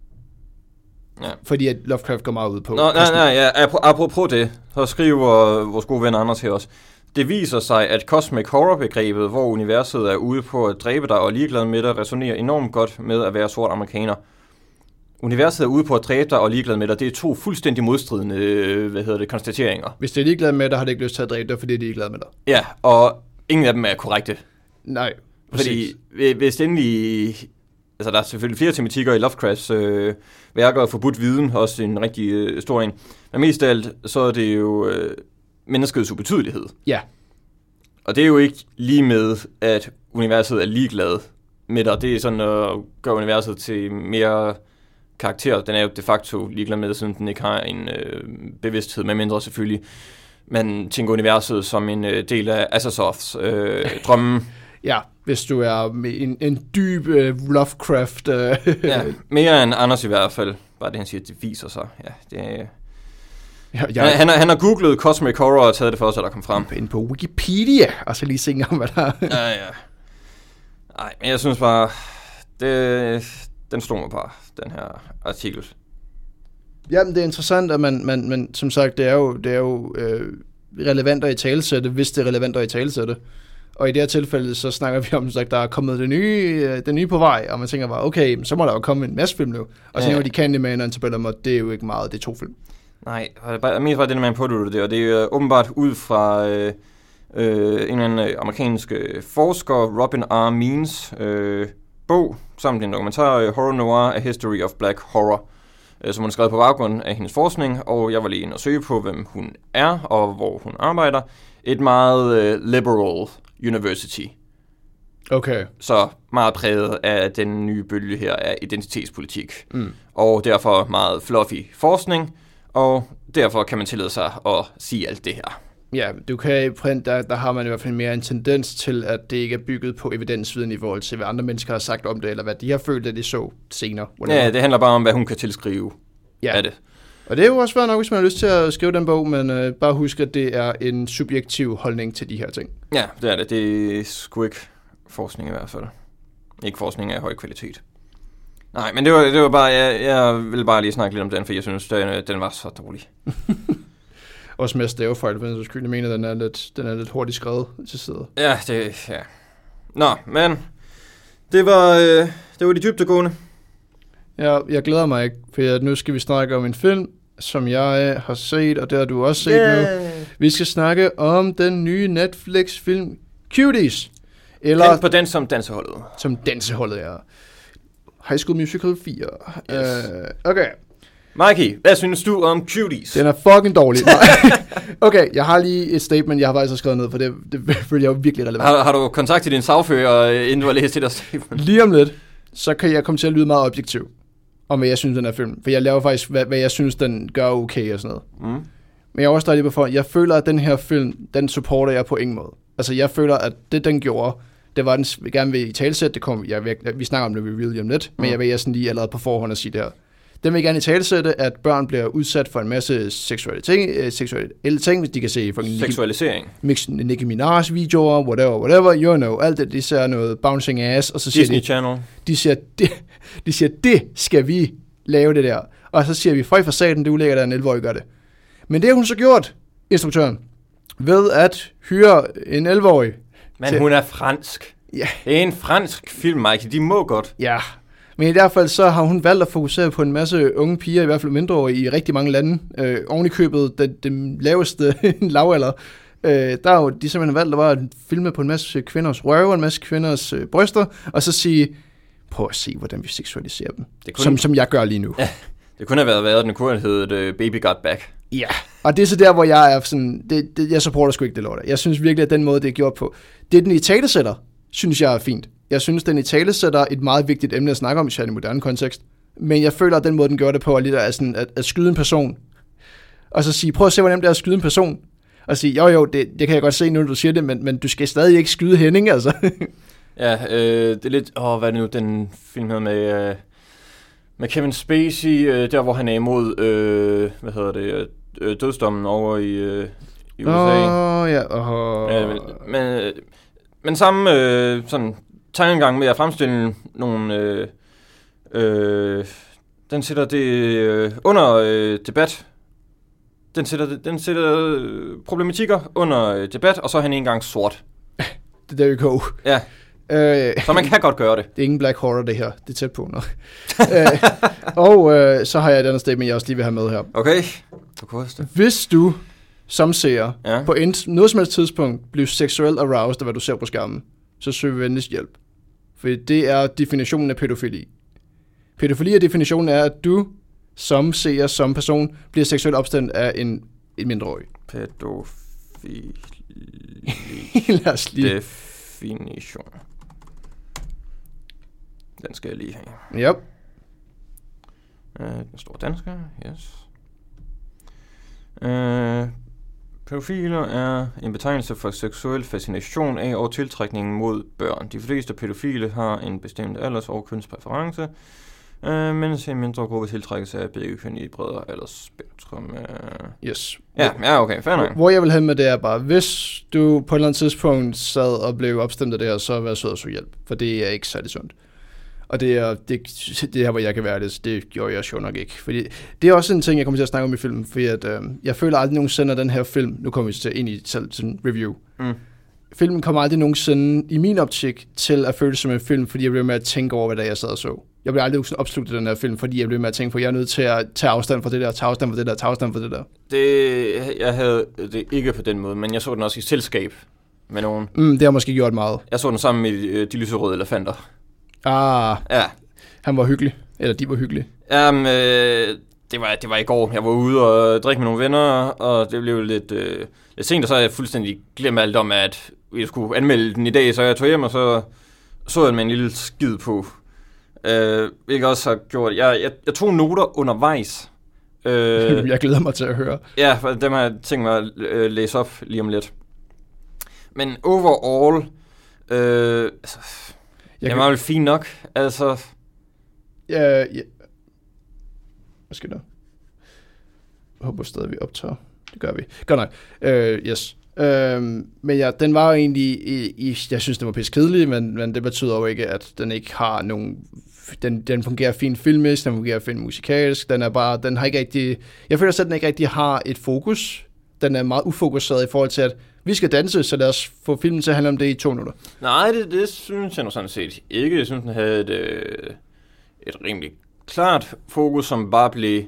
Speaker 2: Ja. Fordi at Lovecraft går meget ud på.
Speaker 1: Nå, nej, nej, ja, apropos det, så skriver vores gode ven Anders her også. Det viser sig, at cosmic horror-begrebet, hvor universet er ude på at dræbe dig og ligeglad med dig, resonerer enormt godt med at være sort amerikaner. Universet er ude på at dræbe dig og ligeglad med dig. Det er to fuldstændig modstridende, hvad hedder det, konstateringer.
Speaker 2: Hvis det er ligeglad med dig, har det ikke lyst til at dræbe dig, fordi det er ligeglad med dig.
Speaker 1: Ja, og ingen af dem er korrekte.
Speaker 2: Nej,
Speaker 1: præcis. Fordi hvis endelig... Altså, der er selvfølgelig flere tematikker i Lovecrafts øh, værker og forbudt viden, også en rigtig øh, stor en. Men mest af alt, så er det jo øh, menneskets ubetydelighed.
Speaker 2: Ja.
Speaker 1: Og det er jo ikke lige med, at universet er ligeglad med dig. Det er sådan at gøre universet til mere karakter. Den er jo de facto ligeglad med, siden den ikke har en øh, bevidsthed, med mindre selvfølgelig. Man tænker universet som en øh, del af Azathoths øh, drømme.
Speaker 2: Ja, hvis du er med en, en dyb uh, Lovecraft... Uh,
Speaker 1: ja, mere end Anders i hvert fald. Bare det, han siger, det viser sig. Ja, det er... Ja, jeg... han, han, har, han har googlet Cosmic Horror og taget det første, der kom frem.
Speaker 2: Ind på Wikipedia, og så lige se om, hvad der er.
Speaker 1: ja, ja. Nej, men jeg synes bare... Det, den stod mig bare, den her artikel.
Speaker 2: Jamen, det er interessant, at man, man, man som sagt, det er jo, det er jo øh, relevant at i talesætte, hvis det er relevant at i talesætte. Og i det her tilfælde, så snakker vi om, at der er kommet det nye, det nye på vej, og man tænker bare, okay, så må der jo komme en masse film nu. Og så ja. Nævner de Candyman og Antebellum, og det er jo ikke meget, det er to film.
Speaker 1: Nej, jeg mest bare det, man pådutter det, og det er jo åbenbart ud fra øh, øh, en eller anden amerikansk forsker, Robin R. Means øh, bog, samt en dokumentar, Horror Noir, A History of Black Horror. som hun har skrevet på baggrund af hendes forskning, og jeg var lige inde og søge på, hvem hun er og hvor hun arbejder. Et meget uh, liberal university.
Speaker 2: Okay.
Speaker 1: Så meget præget af den nye bølge her af identitetspolitik.
Speaker 2: Mm.
Speaker 1: Og derfor meget fluffy forskning, og derfor kan man tillade sig at sige alt det her.
Speaker 2: Ja, du kan i print, der, der har man i hvert fald mere en tendens til, at det ikke er bygget på evidensviden i forhold til, hvad andre mennesker har sagt om det, eller hvad de har følt, at de så senere.
Speaker 1: Ja, det handler bare om, hvad hun kan tilskrive
Speaker 2: ja.
Speaker 1: af det.
Speaker 2: Og det er jo også svært nok, hvis man har lyst til at skrive den bog, men øh, bare husk, at det er en subjektiv holdning til de her ting.
Speaker 1: Ja, det er det. Det er sgu ikke forskning i hvert fald. Ikke forskning af høj kvalitet. Nej, men det var, det var bare, jeg, jeg ville bare lige snakke lidt om den, for jeg synes, den, den var så dårlig.
Speaker 2: Også med stavefejl, for jeg skulle mene, at den er lidt, den er lidt hurtigt skrevet til stedet.
Speaker 1: Ja, det, ja. Nå, men det var, øh, det var de dybdegående.
Speaker 2: Ja, jeg glæder mig ikke, for nu skal vi snakke om en film, som jeg har set, og det har du også set yeah. nu. Vi skal snakke om den nye Netflix-film Cuties. Eller
Speaker 1: Kendt på den som danseholdet.
Speaker 2: Som danseholdet, ja. High School Musical fire.
Speaker 1: Yes.
Speaker 2: Uh, okay.
Speaker 1: Mikey, hvad synes du om Cuties?
Speaker 2: Den er fucking dårlig. Okay, jeg har lige et statement, jeg har faktisk skrevet ned, for det, det føler jeg jo virkelig relevant.
Speaker 1: Har, har du kontaktet din sagfører, inden du har læst det der statement?
Speaker 2: Lige om lidt, så kan jeg komme til at lyde meget objektiv om, hvad jeg synes, den her film. For jeg laver faktisk, hvad, hvad jeg synes, den gør okay og sådan noget. Mm. Men jeg er også lige på for, jeg føler, at den her film, den supporter jeg på ingen måde. Altså, jeg føler, at det, den gjorde, det var, den gerne vil i talesæt. Det kom, jeg, jeg, vi snakker om det reveal lige om lidt, mm. men jeg vil jeg sådan lige allerede på forhånd at sige det her. Den vil gerne i talesætte, at børn bliver udsat for en masse seksuelle ting, øh, seksuelle ting, hvis de kan se...
Speaker 1: Seksualisering.
Speaker 2: Nicki, Nicki Minaj-videoer, whatever, whatever, you know, alt det, de ser noget bouncing ass, og så siger
Speaker 1: Disney
Speaker 2: de...
Speaker 1: Channel.
Speaker 2: De siger, det, de siger, det skal vi lave det der. Og så siger vi, fri for satan, det er ulækkert, at en elleve-årig gør det. Men det har hun så gjort, instruktøren, ved at hyre en elleve-årig.
Speaker 1: Men til... hun er fransk.
Speaker 2: Ja.
Speaker 1: Det er en fransk film, Mike. De må godt.
Speaker 2: Ja. Men i hvert fald så har hun valgt at fokusere på en masse unge piger, i hvert fald mindreårige, i rigtig mange lande. Øh, oven i købet, den, den laveste lavalder. Øh, der er jo, de simpelthen valgt at bare filme på en masse kvinders røve, en masse kvinders øh, bryster, og så sige, prøv at se, hvordan vi seksualiserer dem. Det kunne, som, som jeg gør lige nu.
Speaker 1: Ja, det kunne have været, været den kunne have heddet uh, Baby Got Back.
Speaker 2: Ja, og det er så der, hvor jeg er sådan, det, det, jeg supporter sgu ikke det lort. Jeg synes virkelig, at den måde, det er gjort på, det den i talesætter, synes jeg er fint. Jeg synes, den i talesætter et meget vigtigt emne at snakke om, især i moderne kontekst. Men jeg føler, at den måde, den gør det på, er lidt af sådan, at, at skyde en person. Og så sige, prøv at se, hvordan det er at skyde en person. Og sige, jo jo, det, det kan jeg godt se, nu du siger det, men, men du skal stadig ikke skyde Henning, altså.
Speaker 1: Ja, øh, det er lidt, åh, hvad er det nu, den film her med, øh, med Kevin Spacey, øh, der hvor han er imod, øh, hvad hedder det, øh, dødsdommen over i, øh, i U S A.
Speaker 2: Åh, oh, ja, åh.
Speaker 1: Ja, men, men, men samme øh, sådan tankegang med at fremstille nogle, øh, øh, den sætter det øh, under øh, debat. Den sætter, den sætter problematikker under øh, debat, og så er han en gang sort.
Speaker 2: Det der vi go.
Speaker 1: Ja. Øh, så man kan godt gøre det.
Speaker 2: Det er ingen Black Horror, det her. Det er tæt på noget. øh, og øh, så har jeg et andet statement, jeg også lige vil have med her.
Speaker 1: Okay. Det.
Speaker 2: Hvis du som seer
Speaker 1: ja.
Speaker 2: på en, noget som helst tidspunkt bliver seksuelt aroused af, hvad du ser på skærmen, så søg venligst hjælp. For det er definitionen af pædofili. Pædofili er definitionen af, at du som seer, som person, bliver seksuelt opstemt af en, en mindreårig.
Speaker 1: Pædofili.
Speaker 2: Lad os lige...
Speaker 1: Definition. Den skal jeg lige have.
Speaker 2: Yep.
Speaker 1: Uh, den står dansker, yes. Uh, pædofiler er en betegnelse for seksuel fascination af og tiltrækning mod børn. De fleste pædofile har en bestemt alders- og kønspræference, uh, mens en mindre gruppe tiltrækkes af begge køn i et bredere aldersspektrum. Uh...
Speaker 2: Yes.
Speaker 1: Ja, ja, okay, fair nok.
Speaker 2: Hvor jeg vil hen med det er bare, hvis du på et eller andet tidspunkt sad og blev opstemt af det her, så vær sød og søg hjælp, for det er ikke særlig sundt. Og det er det, det her, hvor jeg kan være det, det gjorde jeg sjovt nok ikke. Fordi det er også en ting, jeg kommer til at snakke om i filmen, fordi at, øh, jeg føler aldrig nogensinde, at den her film, nu kommer vi til ind i selv sådan review, mm. filmen kommer aldrig nogensinde i min optik til at føles som en film, fordi jeg blev med at tænke over, hvad der jeg sad og så. Jeg blev aldrig nogensinde opslugt af den her film, fordi jeg blev med at tænke på, at jeg er nødt til at tage afstand fra det der, tage afstand fra det der, tage afstand fra det der.
Speaker 1: Det, jeg havde det ikke på den måde, men jeg så den også i selskab med nogen.
Speaker 2: Mm, det har måske gjort meget.
Speaker 1: Jeg så den sammen med øh, de lyserøde elefanter.
Speaker 2: Ah,
Speaker 1: ja.
Speaker 2: Han var hyggelig. Eller de var hyggelige.
Speaker 1: Um, øh, det var, det var i går. Jeg var ude og drikke med nogle venner, og det blev lidt, øh, lidt sent, og så havde jeg fuldstændig glemt alt om, at vi skulle anmelde den i dag, så jeg tog hjem, og så så jeg med en lille skid på. Øh, hvilket også har gjort... Jeg, jeg, jeg tog noter undervejs.
Speaker 2: Øh, jeg glæder mig til at høre.
Speaker 1: Ja, for dem har jeg tænkt mig at øh, læse op lige om lidt. Men overall... Øh, altså, jeg det var vel fint nok, altså...
Speaker 2: Ja, ja. Hvad skal der? Jeg håber stadig, vi optager. Det gør vi. Godt nok. Uh, yes. Uh, men ja, den var jo egentlig... I, i, jeg synes, den var pisse kedelig, men, men det betyder jo ikke, at den ikke har nogen... Den, den fungerer fint filmisk, den fungerer fint musikalsk, den er bare... Den har ikke rigtig... Jeg føler selv, at den ikke rigtig har et fokus. Den er meget ufokuseret i forhold til, at vi skal danse, så lad os få filmen til at handle om det i to minutter.
Speaker 1: Nej, det, det synes jeg nu sådan set ikke. Jeg synes, den havde et, øh, et rimelig klart fokus, som bare blev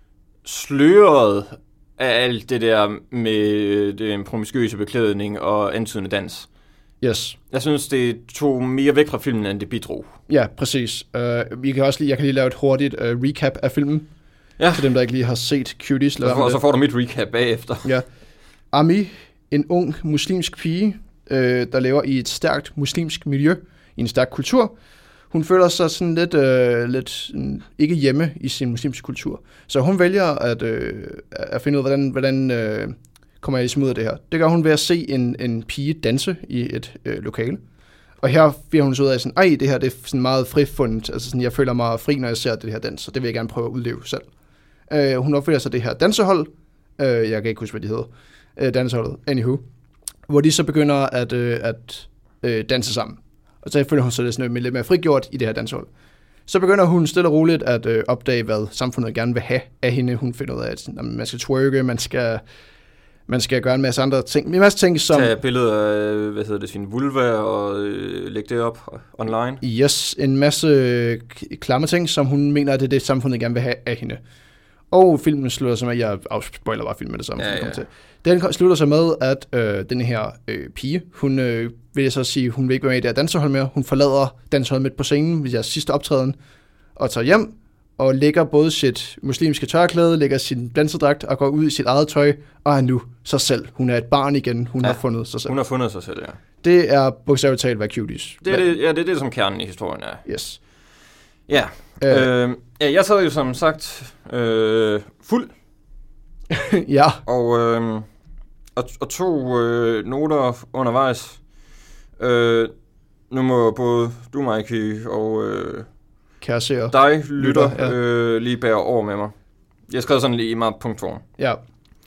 Speaker 1: sløret af alt det der med den promiskuøse beklædning og antydende dans.
Speaker 2: Yes.
Speaker 1: Jeg synes, det tog mere væk fra filmen, end det bidrog.
Speaker 2: Ja, præcis. Uh, vi kan også lige, jeg kan lige lave et hurtigt uh, recap af filmen. Ja. For dem, der ikke lige har set Cuties.
Speaker 1: Og så, så får du mit recap bagefter.
Speaker 2: Ja. Ami, en ung muslimsk pige, øh, der lever i et stærkt muslimsk miljø, i en stærk kultur. Hun føler sig sådan lidt, øh, lidt ikke hjemme i sin muslimske kultur. Så hun vælger at, øh, at finde ud af, hvordan, hvordan øh, kommer jeg ligesom ud af det her. Det gør hun ved at se en, en pige danse i et øh, lokale. Og her bliver hun så ud af sådan, ej, det her det er sådan meget frifundet. Altså sådan, jeg føler mig fri, når jeg ser det her dans, så det vil jeg gerne prøve at udleve selv. Øh, hun opfinder sig det her dansehold. Øh, jeg kan ikke huske, hvad de hedder. Øh, danseholdet, anywho. Hvor de så begynder at, øh, at øh, danse sammen. Og så føler hun sig lidt, sådan, lidt mere frigjort i det her dansehold. Så begynder hun stille og roligt at øh, opdage, hvad samfundet gerne vil have af hende. Hun finder ud af, at jamen, man skal twerke, man skal, man skal gøre en masse andre ting. En masse ting, som...
Speaker 1: Tage billeder af, hvad hedder det, sin vulva og øh, lægge det op online.
Speaker 2: Yes, en masse klamme ting, som hun mener, at det er det, samfundet gerne vil have af hende. Og filmen slutter sig med, jeg afspoiler bare filmen med det samme. Ja, ja. Til. Den slutter sig med, at øh, den her øh, pige, hun øh, vil så sige, hun vil ikke være med i det her dansehold mere. Hun forlader danseholdet midt på scenen ved deres sidste optræden, og tager hjem, og lægger både sit muslimske tørklæde, lægger sin dansedragt, og går ud i sit eget tøj, og er nu sig selv. Hun er et barn igen, hun ja, har fundet sig selv.
Speaker 1: Hun har fundet sig selv, ja.
Speaker 2: Det er bogstaveligt talt, hvad Cuties.
Speaker 1: Det er det, ja, det er det, som kernen i historien er.
Speaker 2: Yes.
Speaker 1: Ja. Øh, ja, jeg sad jo som sagt øh, fuld.
Speaker 2: Ja.
Speaker 1: Og, øh, og, og tog øh, noter undervejs. Øh, nu må både du, Mikey, og øh, dig, lytter, lytter ja. øh, lige bære over med mig. Jeg skrev sådan lige i meget punktform.
Speaker 2: Ja.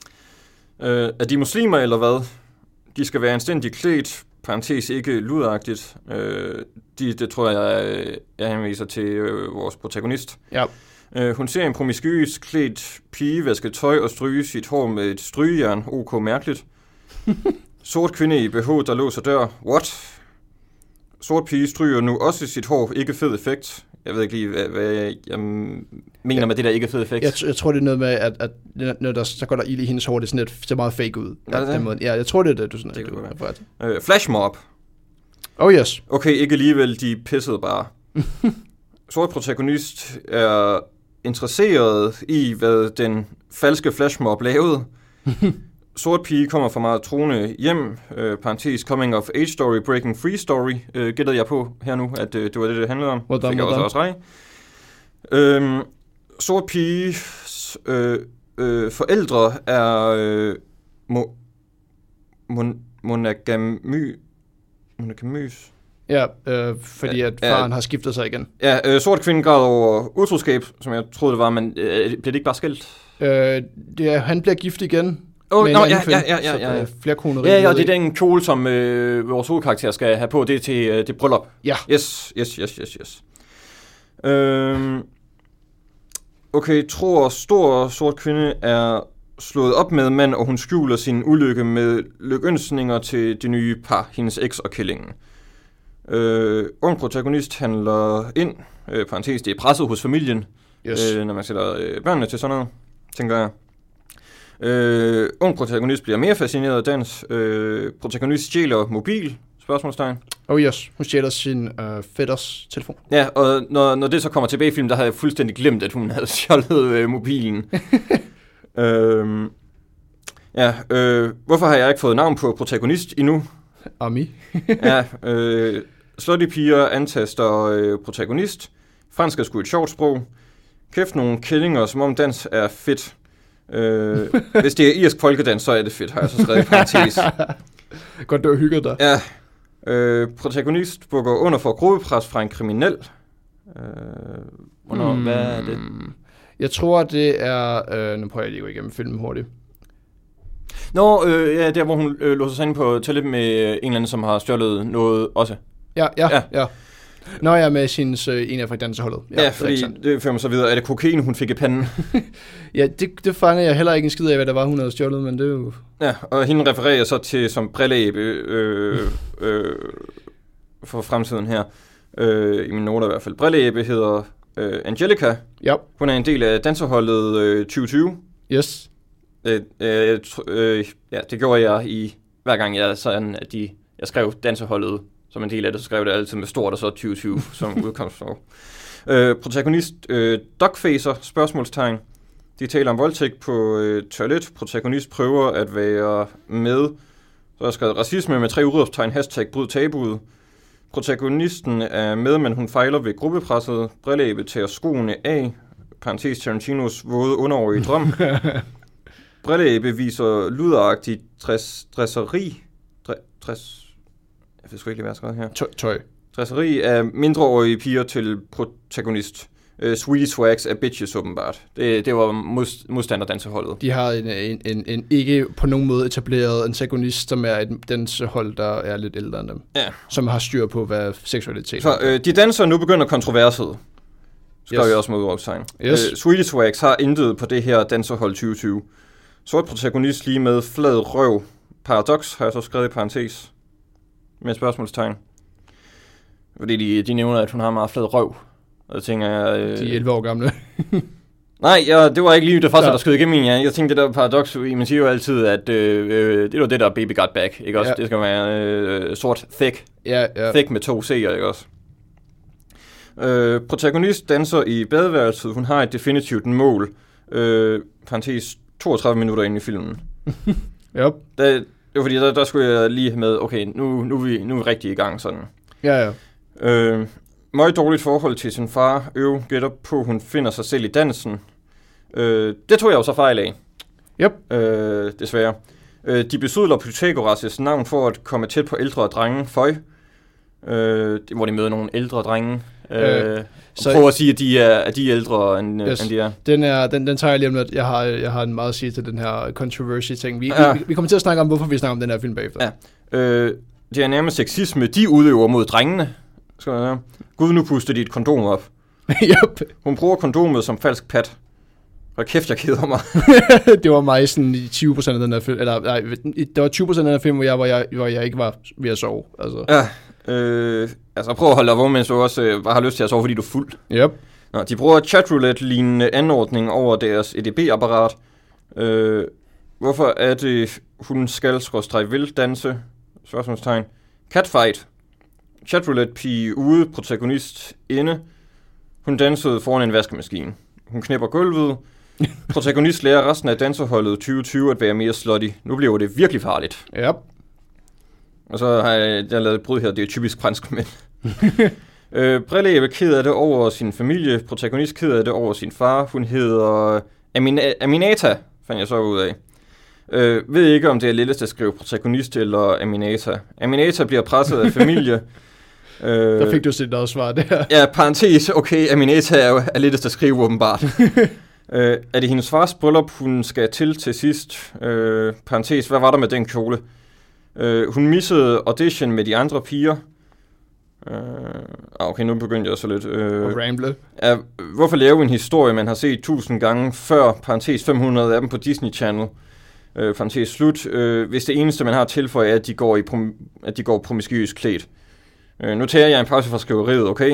Speaker 1: Øh, er de muslimer eller hvad? De skal være anstændigt klædt, parentes ikke ludagtigt. Øh, de, det tror jeg, jeg henviser til øh, vores protagonist.
Speaker 2: Ja.
Speaker 1: Øh, hun ser en promiskuøs klædt pige vaske tøj og stryge sit hår med et strygejern. Ok, mærkeligt. Sort kvinde i B H, der låser dør. What? Sort pige stryger nu også sit hår. Ikke fed effekt. Jeg ved ikke lige, hvad, hvad jeg, jeg mener ja. med det der ikke fed effekt.
Speaker 2: Jeg, jeg tror, det er noget med, at, at når der, så går der ild i hendes hår, det er sådan lidt, ser meget fake ud.
Speaker 1: Er det
Speaker 2: den måde. Ja, jeg tror, det er det, du sådan
Speaker 1: det
Speaker 2: det,
Speaker 1: det øh, Flashmob.
Speaker 2: Oh yes.
Speaker 1: Okay, ikke alligevel, de pissede bare. Sort protagonist er interesseret i, hvad den falske flashmob lavede. Sort pige kommer fra meget troende hjem, øh, parentes coming of age story, breaking free story, øh, gættede jeg på her nu, at øh, det var det, det handlede om.
Speaker 2: Hvordan,
Speaker 1: Fik jeg også, også rej. Øhm, sort pige øh, øh, forældre er øh, mo, mon, monogamy, monogamøs.
Speaker 2: Ja, øh, fordi at faren ja, har skiftet sig igen.
Speaker 1: Ja, øh, sort kvinde græd over utroskab, som jeg troede det var, men øh, bliver det ikke bare skilt?
Speaker 2: Øh, det er, han bliver gift igen.
Speaker 1: Oh, no, ja, ja, ja, ja, ja.
Speaker 2: Flere koner.
Speaker 1: Ja, ja, og det er den kjole, som øh, vores hovedkarakter skal have på. Det er til øh, det bryllup.
Speaker 2: Ja.
Speaker 1: Yes, yes, yes, yes, yes. Øhm, okay, tror stor sort kvinde er slået op med mand, og hun skjuler sin ulykke med lykønsninger til det nye par, hendes eks og killingen. Øh, ung protagonist handler ind, øh, parentes, det er presset hos familien,
Speaker 2: yes.
Speaker 1: øh, når man sætter øh, børnene til sådan noget, tænker jeg. Øh, ung protagonist bliver mere fascineret af dans. Øh, protagonist stjæler mobil, spørgsmålstegn.
Speaker 2: Oh yes, hun stjæler sin øh, fætters telefon.
Speaker 1: Ja, og når, når det så kommer tilbage i filmen, der havde jeg fuldstændig glemt, at hun havde stjålet øh, mobilen. øhm, ja, øh, hvorfor har jeg ikke fået navn på protagonist endnu?
Speaker 2: Ami.
Speaker 1: ja, øh, slutty piger antaster øh, protagonist. Fransk er sgu et sjovt sprog. Kæft nogle kællinger, som om dans er fedt. Øh, hvis det er irsk folkedans, så er det fedt, har jeg så skrevet i parentes.
Speaker 2: Godt, det var hygget dig.
Speaker 1: Ja. Øh, protagonist bukker under for gruppepres fra en kriminel. Øh, hvornår, hmm. Hvad er det?
Speaker 2: Jeg tror, det er... Øh, nu prøver jeg lige at gå igennem filmen hurtigt.
Speaker 1: Nå, øh, ja, der hvor hun øh, låser sig ind på toilet med en eller anden, som har stjålet noget også.
Speaker 2: Ja, ja, ja. ja. Nå, jeg er med sin øh, en af fra danseholdet.
Speaker 1: Ja, ja, fordi det, det fører mig så videre. Er det kokain, hun fik i panden?
Speaker 2: ja, det, det fanger jeg heller ikke en skid af, hvad der var, hun havde stjålet, men det er jo...
Speaker 1: Ja, og hende refererer så til som brilleæbe øh, øh, for fremtiden her. Øh, I mine noter i hvert fald. Brilleæbe hedder øh, Angelica.
Speaker 2: Ja.
Speaker 1: Hun er en del af danserholdet øh, tyve tyve.
Speaker 2: Yes.
Speaker 1: Øh, øh, øh, ja, det gjorde jeg i hver gang jeg sådan, at de, jeg skrev danserholdet som en del af det, så skrev det altid med stort og så tyve tyve som udkomstår. øh, protagonist øh, Dogfacer, spørgsmålstegn. De taler om voldtægt på øh, toilet. Protagonist prøver at være med. Så er skrevet racisme med tre udråbstegn, hashtag bryd tabuet. Protagonisten er med, men hun fejler ved gruppepresset. Brilleæbe tager skoene af. Parentes Tarantinos våde underårige drøm. Brilleæbe viser luderagtigt dresseri. Dress... Jeg ved sgu ikke lige, hvad jeg har skrevet her.
Speaker 2: Tøj.
Speaker 1: Dresseri af mindreårige piger til protagonist. Uh, Sweetie Swags er bitches åbenbart. Det, det var mod, modstanderdanseholdet.
Speaker 2: De har en, en, en, en ikke på nogen måde etableret antagonist, som er et dansehold, der er lidt ældre end dem.
Speaker 1: Ja.
Speaker 2: Som har styr på, hvad seksualitet
Speaker 1: er. Så uh, de danser nu begynder kontroverset. Skal
Speaker 2: yes.
Speaker 1: jeg også med udråbstegn.
Speaker 2: Yes.
Speaker 1: Uh, Sweetie Swags har intet på det her danserhold tyve tyve. Sort protagonist lige med flad røv. Paradox har jeg så skrevet i parentes. Med spørgsmålstegn. Fordi de, de nævner, at hun har meget flad røv. Og jeg tænker jeg... Øh...
Speaker 2: De er elleve år gamle.
Speaker 1: Nej, ja, det var ikke lige det første, ja. der skød igennem min. Ja. Jeg tænkte, det der paradoks, man siger jo altid, at øh, det var det der baby got back, ikke også? Ja. Det skal være øh, sort thick.
Speaker 2: Ja, ja.
Speaker 1: Thick med to C'er, ikke også? Øh, protagonist danser i badeværelset. Hun har et definitivt mål. Øh, parentes toogtredive minutter inde i filmen.
Speaker 2: Yep.
Speaker 1: Det, det var fordi, der, der skulle jeg lige have med, okay, nu, nu, er vi, nu er vi rigtig i gang sådan.
Speaker 2: Ja, ja.
Speaker 1: Øh, meget dårligt forhold til sin far. Øv gætter på, hun finder sig selv i dansen. Øh, det tog jeg jo så fejl af.
Speaker 2: Yep.
Speaker 1: Øh, desværre. Øh, de besudler Pythagoras' navn for at komme tæt på ældre drenge. Føj. Øh, hvor de møder nogle ældre drenge. Øh, øh, så prøver at sige, at de er, at de er ældre, end,
Speaker 2: yes,
Speaker 1: end de er.
Speaker 2: Den, er den, den tager jeg lige om lidt. Jeg har, jeg har en meget at sige til den her controversy-ting. Vi, ja. vi, vi kommer til at snakke om, hvorfor vi snakker om den her film bagefter.
Speaker 1: Ja. Øh, det er nærmest sexisme, de udøver mod drengene. Skal jeg sige. Gud, nu puster de et kondom op.
Speaker 2: Yep.
Speaker 1: Hun bruger kondomet som falsk pat. Hold kæft, jeg keder mig.
Speaker 2: Det var mig sådan i tyve procent af den her film. Eller nej, der var tyve procent af den her film, hvor jeg, hvor jeg, hvor jeg ikke var ved at sove. Altså.
Speaker 1: Ja, øh, altså prøv at holde dig vågen, mens du også øh, bare har lyst til at sove, fordi du er fuld.
Speaker 2: Yep.
Speaker 1: Nå, de bruger chatroulette-lignende anordning over deres E D B-apparat. Øh, hvorfor er det, hun skal skråstreg vil danse? Spørgsmålstegn. Catfight. Chatroulette-pige ude, protagonist inde. Hun dansede foran en vaskemaskine. Hun knipper gulvet. Protagonist lærer resten af danserholdet tyve tyve at være mere slutty. Nu bliver det virkelig farligt.
Speaker 2: Yep.
Speaker 1: Og så har jeg, jeg lavet et brud her. Det er typisk fransk mænd. øh, Brilleæbe er ked af det over sin familie. Protagonist ked af det over sin far. Hun hedder Amina- Aminata, fandt jeg så ud af. Øh, ved ikke, om det er lettest at skrive protagonist eller Aminata. Aminata bliver presset af familie.
Speaker 2: øh, der fik du set noget svar der.
Speaker 1: Ja, parentes. Okay, Aminata er jo er lettest at skrive åbenbart. øh, er det hendes fars bryllup, hun skal til til sidst? Øh, parentes, hvad var der med den kjole? Øh, hun missede audition med de andre piger. Øh, okay, nu begyndte jeg så lidt. Øh,
Speaker 2: og ramble.
Speaker 1: Er, hvorfor lave en historie, man har set tusind gange før, parentes fem hundrede af dem på Disney Channel, øh, parentes slut, øh, hvis det eneste, man har tilføjet, er, at de går, i prom- at de går promiskuøst klædt. Øh, nu tager jeg en pause fra skriveriet, okay?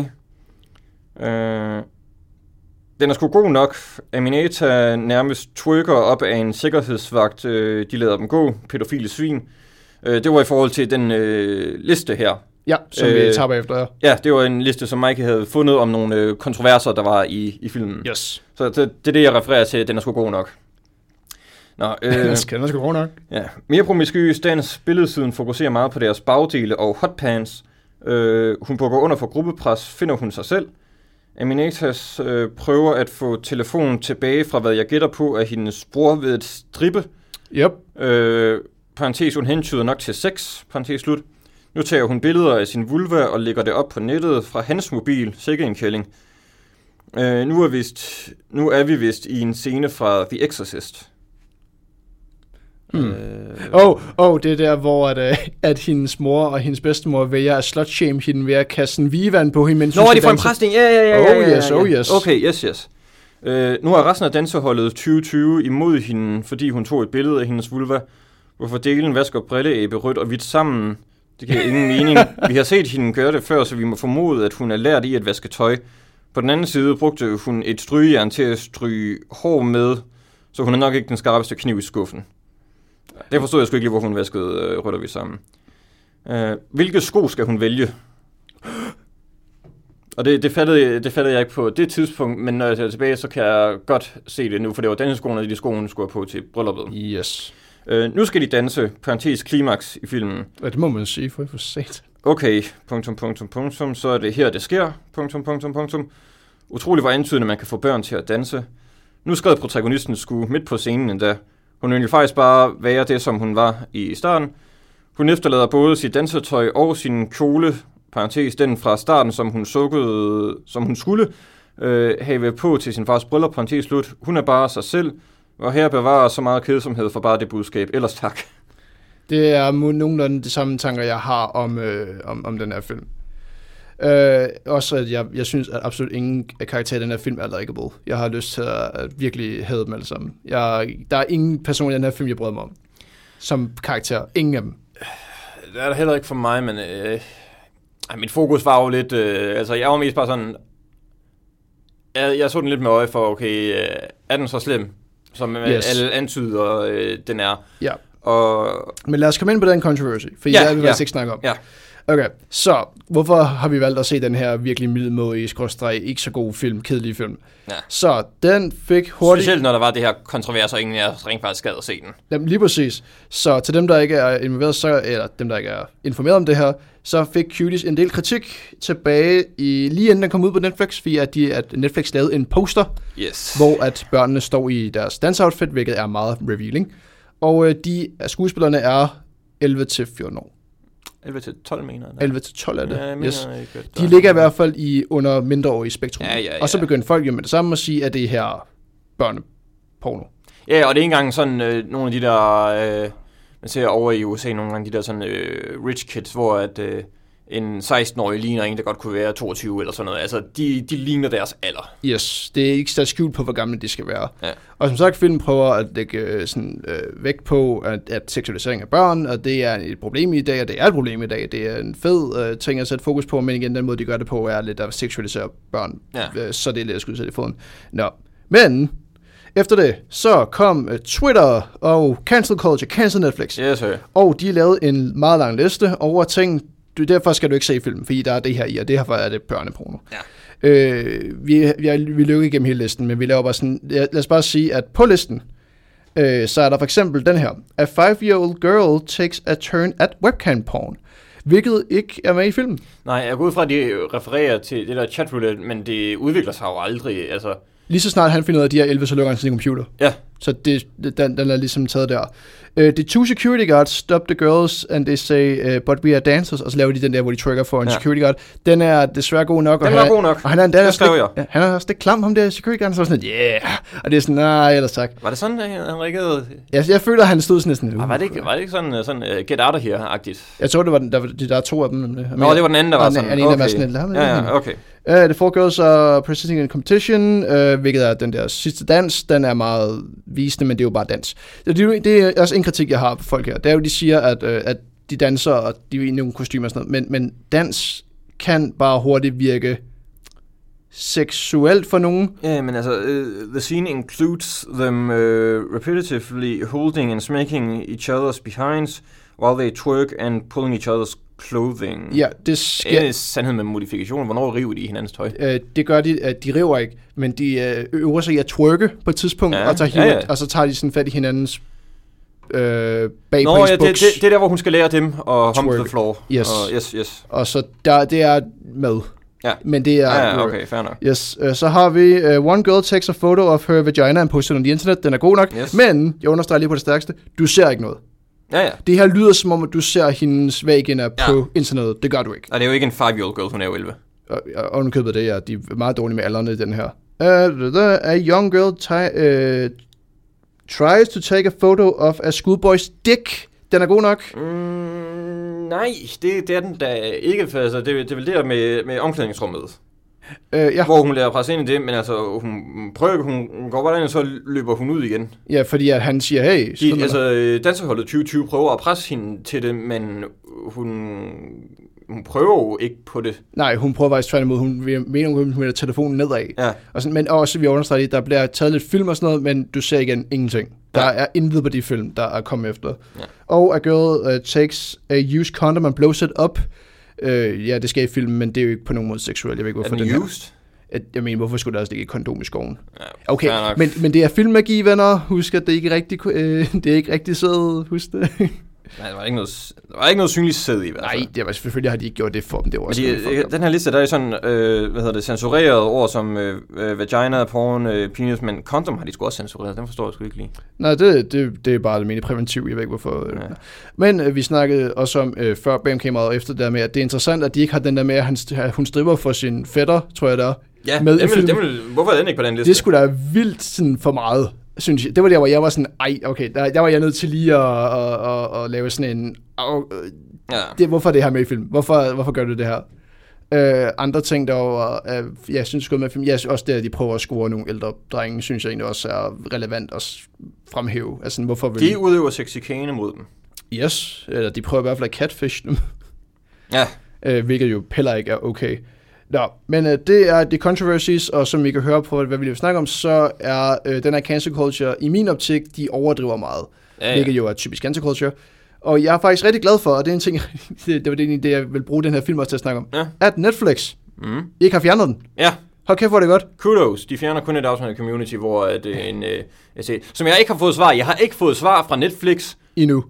Speaker 1: Øh, den er sgu god nok. Aminata nærmest trykker op af en sikkerhedsvagt. Øh, de lader dem gå. Pædofile svin. Øh, det var i forhold til den øh, liste her.
Speaker 2: Ja, som øh, vi tager bagefter. Ja.
Speaker 1: ja, det var en liste, som Mike havde fundet om nogle øh, kontroverser, der var i, i filmen.
Speaker 2: Yes.
Speaker 1: Så det, det er det, jeg refererer til. Den er sgu god nok. Nå, øh,
Speaker 2: den er sgu god nok.
Speaker 1: Ja. Mere promiskuøs, dagens billedsiden fokuserer meget på deres bagdele og hotpants. Øh, hun bukker under for gruppepres, finder hun sig selv. Aminatas øh, prøver at få telefonen tilbage fra, hvad jeg gætter på, af hendes bror ved et strippe.
Speaker 2: Yep.
Speaker 1: Øh, parentes, hun hentyder nok til sex, parentes slut. Nu tager hun billeder af sin vulva og lægger det op på nettet fra hans mobil, sikke en kælling. Øh, nu, er vist, nu er vi vist i en scene fra The Exorcist.
Speaker 2: Hmm. Øh... Oh, oh, det er der, hvor at, uh, at hendes mor og hendes bedstemor vælger at slut-shame hende ved at kaste en vigevand på hende, mens
Speaker 1: Nå, er det for en præstning? Ja, ja, ja, ja,
Speaker 2: oh,
Speaker 1: ja,
Speaker 2: yes,
Speaker 1: ja.
Speaker 2: Oh, yes.
Speaker 1: Okay, yes, yes. Øh, nu har resten af danseholdet tyve tyve imod hende, fordi hun tog et billede af hendes vulva, hvorfor delen vasker brilleæbe rødt og hvidt sammen. Det giver ingen mening. Vi har set hende gøre det før, så vi må formode, at hun er lært i at vaske tøj. På den anden side brugte hun et strygejern til at stryge hår med, så hun er nok ikke den skarpeste kniv i skuffen. Det forstod jeg sgu ikke lige, hvor hun vaskede øh, rødt og hvidt sammen. Øh, hvilke sko skal hun vælge? Og det, det, fattede, det fattede jeg ikke på det tidspunkt, men når jeg tager tilbage, så kan jeg godt se det nu, for det var danseskoene og de sko, hun skulle på til brylluppet.
Speaker 2: Yes.
Speaker 1: Øh, nu skal de danse, parentes klimaks i filmen.
Speaker 2: Ja, det må man sige, for for sat.
Speaker 1: Okay, punktum, punktum, punktum, så er det her, det sker, punktum, punktum, punktum. Utroligt, hvor antydende man kan få børn til at danse. Nu skrev protagonisten sgu midt på scenen endda. Hun ville faktisk bare være det, som hun var i starten. Hun efterlader både sit dansetøj og sin kjole, parentes den fra starten, som hun sukkede, som hun skulle øh, have på til sin fars bryllup, parentes slut. Hun er bare sig selv, og her bevarer så meget kedsomhed for bare det budskab. Ellers tak.
Speaker 2: Det er nogenlunde de samme tanker, jeg har om, øh, om, om den her film. Øh, også at jeg, jeg synes, at absolut ingen af karakterer i den her film er likable. Jeg har lyst til at, at virkelig hade dem alle sammen. Jeg, der er ingen person i den her film, jeg bryder mig om. Som karakter. Ingen af dem.
Speaker 1: Det er der heller ikke for mig, men øh, mit fokus var jo lidt... Øh, altså, jeg var mest bare sådan... Jeg, jeg så den lidt med øje for, okay, øh, er den så slem, som yes. alle antyder, øh, den er?
Speaker 2: Ja.
Speaker 1: Og...
Speaker 2: Men lad os komme ind på den controversy, for
Speaker 1: ja,
Speaker 2: jeg vil
Speaker 1: ja.
Speaker 2: ikke snakke om.
Speaker 1: Ja.
Speaker 2: Okay, så hvorfor har vi valgt at se den her virkelig middelmådige, skråstreg, ikke så god film, kedelig film?
Speaker 1: Ja.
Speaker 2: Så den fik hurtigt...
Speaker 1: Specielt når der var det her kontrovers, og ingen af os rent faktisk gad at se den.
Speaker 2: Jamen, lige præcis. Så til dem, der ikke er involveret, så, eller dem, der ikke er informeret om det her, så fik Cuties en del kritik tilbage, i, lige inden den kom ud på Netflix, fordi at, de, at Netflix lavede en poster,
Speaker 1: yes.
Speaker 2: hvor at børnene står i deres danseoutfit, hvilket er meget revealing. Og øh, de skuespillerne er elleve til fjorten år.
Speaker 1: elleve til tolv mener jeg.
Speaker 2: elleve til tolv er det.
Speaker 1: Ja, jeg mener,
Speaker 2: yes.
Speaker 1: ikke,
Speaker 2: de ligger i hvert fald i under mindreårige spektrum.
Speaker 1: Ja, ja, ja.
Speaker 2: Og så begyndte folk jo med det samme at sige, at det er her børneporno.
Speaker 1: Ja, og det er ikke engang sådan øh, nogle af de der, øh, man ser over i U S A nogle gange de der sådan øh, rich kids, hvor at øh, en seksten-årig ligner en, der godt kunne være toogtyve eller sådan noget. Altså, de, de ligner deres alder.
Speaker 2: Yes, det er ikke så skjult på, hvor gamle de skal være.
Speaker 1: Ja.
Speaker 2: Og som sagt, filmen prøver at lægge sådan, øh, vægt på, at, at seksualisering af børn, og det er et problem i dag, og det er et problem i dag. Det er en fed øh, ting at sætte fokus på, men igen, den måde, de gør det på, er lidt at seksualisere børn.
Speaker 1: Ja.
Speaker 2: Øh, så det er lidt at skulle sætte i foden. Nå, men... Efter det, så kom uh, Twitter og cancel culture, cancel Netflix.
Speaker 1: Yes, sir.
Speaker 2: Og de lavede en meget lang liste over ting, du, derfor skal du ikke se filmen, fordi der er det her i, og det her er det børneporno.
Speaker 1: Ja.
Speaker 2: Øh, vi, vi, vi løber igennem hele listen, men vi laver bare sådan, lad os bare sige, at på listen, øh, så er der for eksempel den her. A five-year-old girl takes a turn at webcam porn. Hvilket ikke er med i filmen.
Speaker 1: Nej, jeg går ud fra, at de refererer til det der chatroulette, men det udvikler sig jo aldrig, altså...
Speaker 2: Lige så snart han finder ud af de her elleve, så lukker han sin computer.
Speaker 1: Ja.
Speaker 2: Så det, den, den er ligesom taget der. Uh, the two security guards stop the girls, and they say, uh, but we are dancers. Og så laver de den der, hvor de trigger for en ja. security guard. Den er desværre god nok.
Speaker 1: Den
Speaker 2: og
Speaker 1: er god nok.
Speaker 2: Og han er endda
Speaker 1: det skrev jeg.
Speaker 2: Ja, han er også lidt klam, ham der security guard. Så sådan lidt, yeah. Og det er sådan, nej, ellers tak.
Speaker 1: Var det sådan, at han reagerede?
Speaker 2: Jeg, jeg føler, at han stod sådan sådan.
Speaker 1: Uh. Var det ikke, var det ikke sådan, sådan uh, get out of here-agtigt?
Speaker 2: Jeg tror, det var den, der, der, der er to af dem. Nå,
Speaker 1: det var den anden, der var sådan.
Speaker 2: En, okay. Sådan,
Speaker 1: ja, ja, okay.
Speaker 2: Uh, the four girls are presenting in competition, uh, hvilket er den der sidste dans. Den er meget visende, men det er jo bare dans. Det, det, det er også en kritik, jeg har på folk her. Det er jo, de siger, at, uh, at de danser, og de er i nogle kostymer og sådan noget, men, men dans kan bare hurtigt virke seksuelt for nogen.
Speaker 1: Ja, men altså, uh, the scene includes them uh, repetitively holding and smacking each other's behinds while they twerk and pulling each other's clothing.
Speaker 2: Ja, det skal...
Speaker 1: Det er sandhed med modifikation. Hvornår river de i hinandens tøj?
Speaker 2: Øh, det gør de, at de river ikke, men de øh, øver sig i at twerke på et tidspunkt,
Speaker 1: ja,
Speaker 2: og, tager
Speaker 1: ja, ja.
Speaker 2: og så tager de sådan fat i hinandens øh, bag
Speaker 1: Nå,
Speaker 2: på
Speaker 1: ja, det, det, det er der, hvor hun skal lære dem at hump the floor.
Speaker 2: Yes.
Speaker 1: Og, yes, yes.
Speaker 2: Og så der, det er med.
Speaker 1: Ja.
Speaker 2: Men det er...
Speaker 1: Ja, ja, okay, fair nok.
Speaker 2: Yes, uh, så har vi uh, One girl takes a photo of her vagina and posts it on the internet. Den er god nok, yes. Men jeg understreger lige på det stærkeste. Du ser ikke noget.
Speaker 1: Ja, ja.
Speaker 2: Det her lyder som om, at du ser hendes vagina ja. på internettet. Det gør du ikke.
Speaker 1: Og det er jo ikke en five-year-old girl, hun er jo elleve.
Speaker 2: Og, og, og nu køber det, ja. De er meget dårlige med alderne i den her. Uh, a young girl ty- uh, tries to take a photo of a schoolboy's dick. Den er god nok.
Speaker 1: Mm, nej, det, det er den da ikke. For, altså, det, det er vel det der med, med omklædningsrummet. Uh, ja. Hvor hun lærer presse ind i det, men altså, hun prøver, hun går bare ind, og så løber hun ud igen.
Speaker 2: Ja, fordi at han siger, hey...
Speaker 1: De, altså, danserholdet tyve tyve prøver at presse hende til det, men hun, hun prøver jo ikke på det.
Speaker 2: Nej, hun prøver faktisk tværtimod. Hun mener, hun vil telefonen nedad.
Speaker 1: Ja.
Speaker 2: Og sådan, men også, vi understreger, der bliver taget lidt film og sådan noget, men du ser igen ingenting. Der ja. er intet på de film, der er kommet efter. Ja. Og a girl uh, takes a used condom and blows it up. Uh, ja, det skal i filmen, men det er jo ikke på nogen måde seksuelt. Jeg ved ikke, hvorfor
Speaker 1: er den,
Speaker 2: den
Speaker 1: used?
Speaker 2: Her... Jeg mener, hvorfor skulle der også ligge et kondom i skoven?
Speaker 1: Ja,
Speaker 2: okay, men, men det er filmmagi, venner. Husk, at det ikke er rigtig, øh, det er ikke rigtig sæd. Husk det.
Speaker 1: Nej, der var ikke noget, der var ikke noget synligt sæd i hvert fald.
Speaker 2: Nej, det var selvfølgelig har de ikke gjort det for dem. Det var også
Speaker 1: de, for den her liste, der er sådan, øh, hvad hedder det, censureret ord som øh, vagina, porn, øh, penis, men condom har de sgu også censureret. Den forstår jeg sgu ikke lige.
Speaker 2: Nej, det, det, det er bare almindelig præventiv. Jeg ved ikke, hvorfor. Ja. Men øh, vi snakkede også om øh, før bag kameraet efter det der med, at det er interessant, at de ikke har den der med, at han, hun stripper for sin fætter, tror jeg der.
Speaker 1: Ja, med det vil, det vil, hvorfor er den ikke på den liste?
Speaker 2: Det skulle da vildt sådan for meget. Synes jeg. Det var der, hvor jeg var sådan, ej, okay, der, der var jeg nødt til lige at, at, at, at lave sådan en, uh, ja. det, hvorfor er det her med i film? Hvorfor, hvorfor gør du det her? Uh, andre ting, der var, uh, jeg synes, med film, jeg synes også det, at de prøver at score nogle ældre drenge, synes jeg egentlig også er relevant at fremhæve. Altså, hvorfor vil
Speaker 1: de udøver sexikane mod dem.
Speaker 2: Yes, eller de prøver i hvert fald at catfish dem.
Speaker 1: Ja.
Speaker 2: Uh, hvilket jo heller ikke er okay. Nå, men øh, det er de controversies, og som I kan høre på, hvad vi vil snakke om, så er øh, den her cancel culture, i min optik, de overdriver meget. Ja, ja. Hvilket jo er typisk cancel culture. Og jeg er faktisk rigtig glad for, og det er en ting, det, det var det, jeg vil bruge den her film også til at snakke om, ja. At Netflix mm. ikke har fjernet den.
Speaker 1: Ja.
Speaker 2: Hold kæft, hvor er det godt.
Speaker 1: Kudos. De fjerner kun et afsnit af Community, hvor at, øh, en, øh, jeg ser, som jeg ikke har fået svar. Jeg har ikke fået svar fra Netflix.
Speaker 2: Endnu.